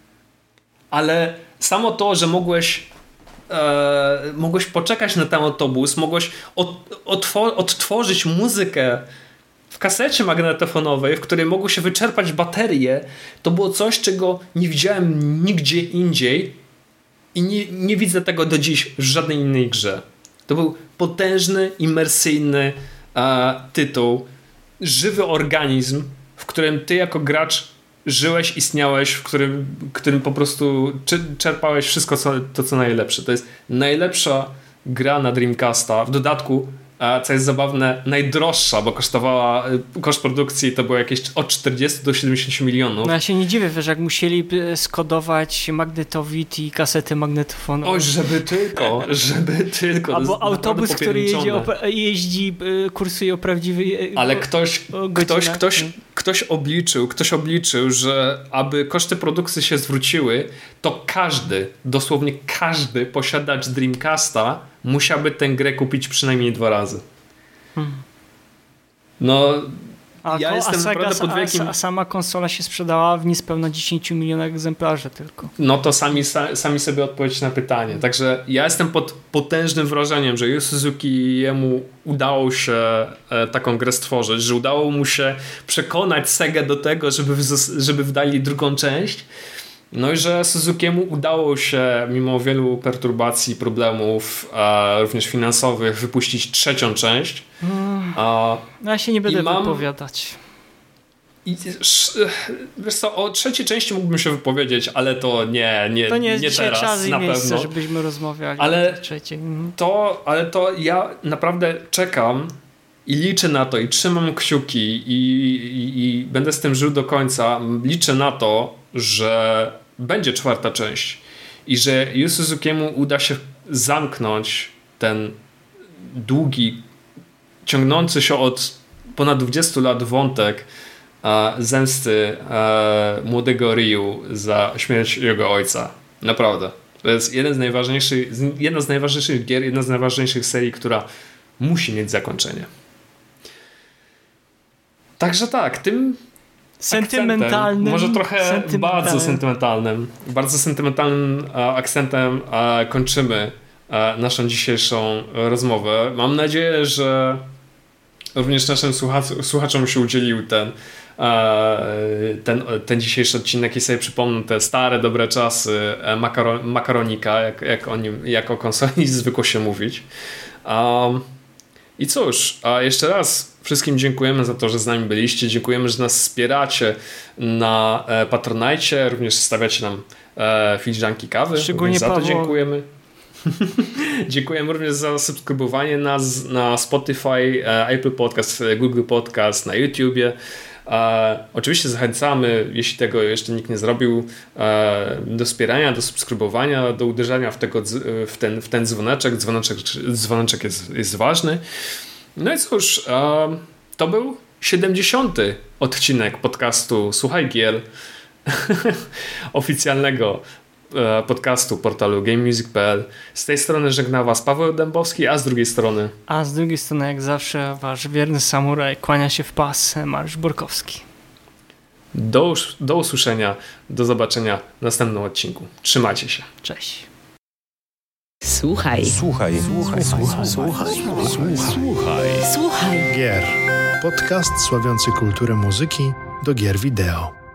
Ale samo to, że mogłeś poczekać na ten autobus, mogłeś odtworzyć muzykę w kasecie magnetofonowej, w której mogły się wyczerpać baterie, to było coś, czego nie widziałem nigdzie indziej i nie widzę tego do dziś w żadnej innej grze. To był potężny, imersyjny tytuł, żywy organizm, w którym ty jako gracz żyłeś, istniałeś, w którym po prostu czerpałeś wszystko, co najlepsze. To jest najlepsza gra na Dreamcasta. W dodatku, co jest zabawne, najdroższa, bo koszt produkcji to było jakieś od 40 do 70 milionów. No ja się nie dziwię, wiesz, jak musieli skodować magnetowid i kasety magnetofonowe. Oj, żeby tylko. Albo autobus, który kursuje prawdziwy. Ale ktoś obliczył, że aby koszty produkcji się zwróciły, to dosłownie każdy posiadacz Dreamcasta musiałby tę grę kupić przynajmniej 2 razy. No, ja jestem naprawdę pod wielkim... A sama konsola się sprzedała w niespełna 10 milionach egzemplarzy tylko. No to sami sobie odpowiedź na pytanie. Także ja jestem pod potężnym wrażeniem, że Yu Suzukiemu udało się taką grę stworzyć, że udało mu się przekonać Segę do tego, żeby wydali drugą część. No i że Suzukiemu udało się, mimo wielu perturbacji, problemów, również finansowych, wypuścić 3. część. No ja się nie będę wypowiadać. Wiesz co, o 3. części mógłbym się wypowiedzieć, ale to nie jest teraz, czas i na miejsce, pewno. żebyśmy rozmawiali ale o 3. Ale to ja naprawdę czekam i liczę na to i trzymam kciuki i będę z tym żył do końca. Liczę na to, że będzie 4. część i że Yu Suzukiemu uda się zamknąć ten długi, ciągnący się od ponad 20 lat wątek zemsty młodego Ryu za śmierć jego ojca. Naprawdę. To jest jedna z najważniejszych gier, jedna z najważniejszych serii, która musi mieć zakończenie. Także tak, tym sentymentalnym, może trochę bardzo sentymentalnym akcentem kończymy naszą dzisiejszą rozmowę. Mam nadzieję, że również naszym słuchaczom się udzielił ten dzisiejszy odcinek i sobie przypomną te stare, dobre czasy makaronika, jak o konsoli zwykło się mówić. I cóż, jeszcze raz wszystkim dziękujemy za to, że z nami byliście. Dziękujemy, że nas wspieracie na Patronite, również stawiacie nam filiżanki kawy. Szczególnie za to Paweł... dziękujemy. Dziękujemy również za subskrybowanie nas na Spotify, Apple Podcast, Google Podcast, na YouTubie. Oczywiście zachęcamy, jeśli tego jeszcze nikt nie zrobił, do wspierania, do subskrybowania, do uderzania w ten dzwoneczek. Dzwoneczek jest ważny. No i cóż, to był 70. odcinek podcastu Słuchaj Gier, oficjalnego podcastu portalu GameMusic.pl. Z tej strony żegna Was Paweł Dębowski, a z drugiej strony jak zawsze wasz wierny samuraj kłania się w pas Mariusz Borkowski. Do usłyszenia, do zobaczenia w następnym odcinku. Trzymajcie się. Cześć. Słuchaj Gier. Podcast sławiący kulturę muzyki do gier wideo.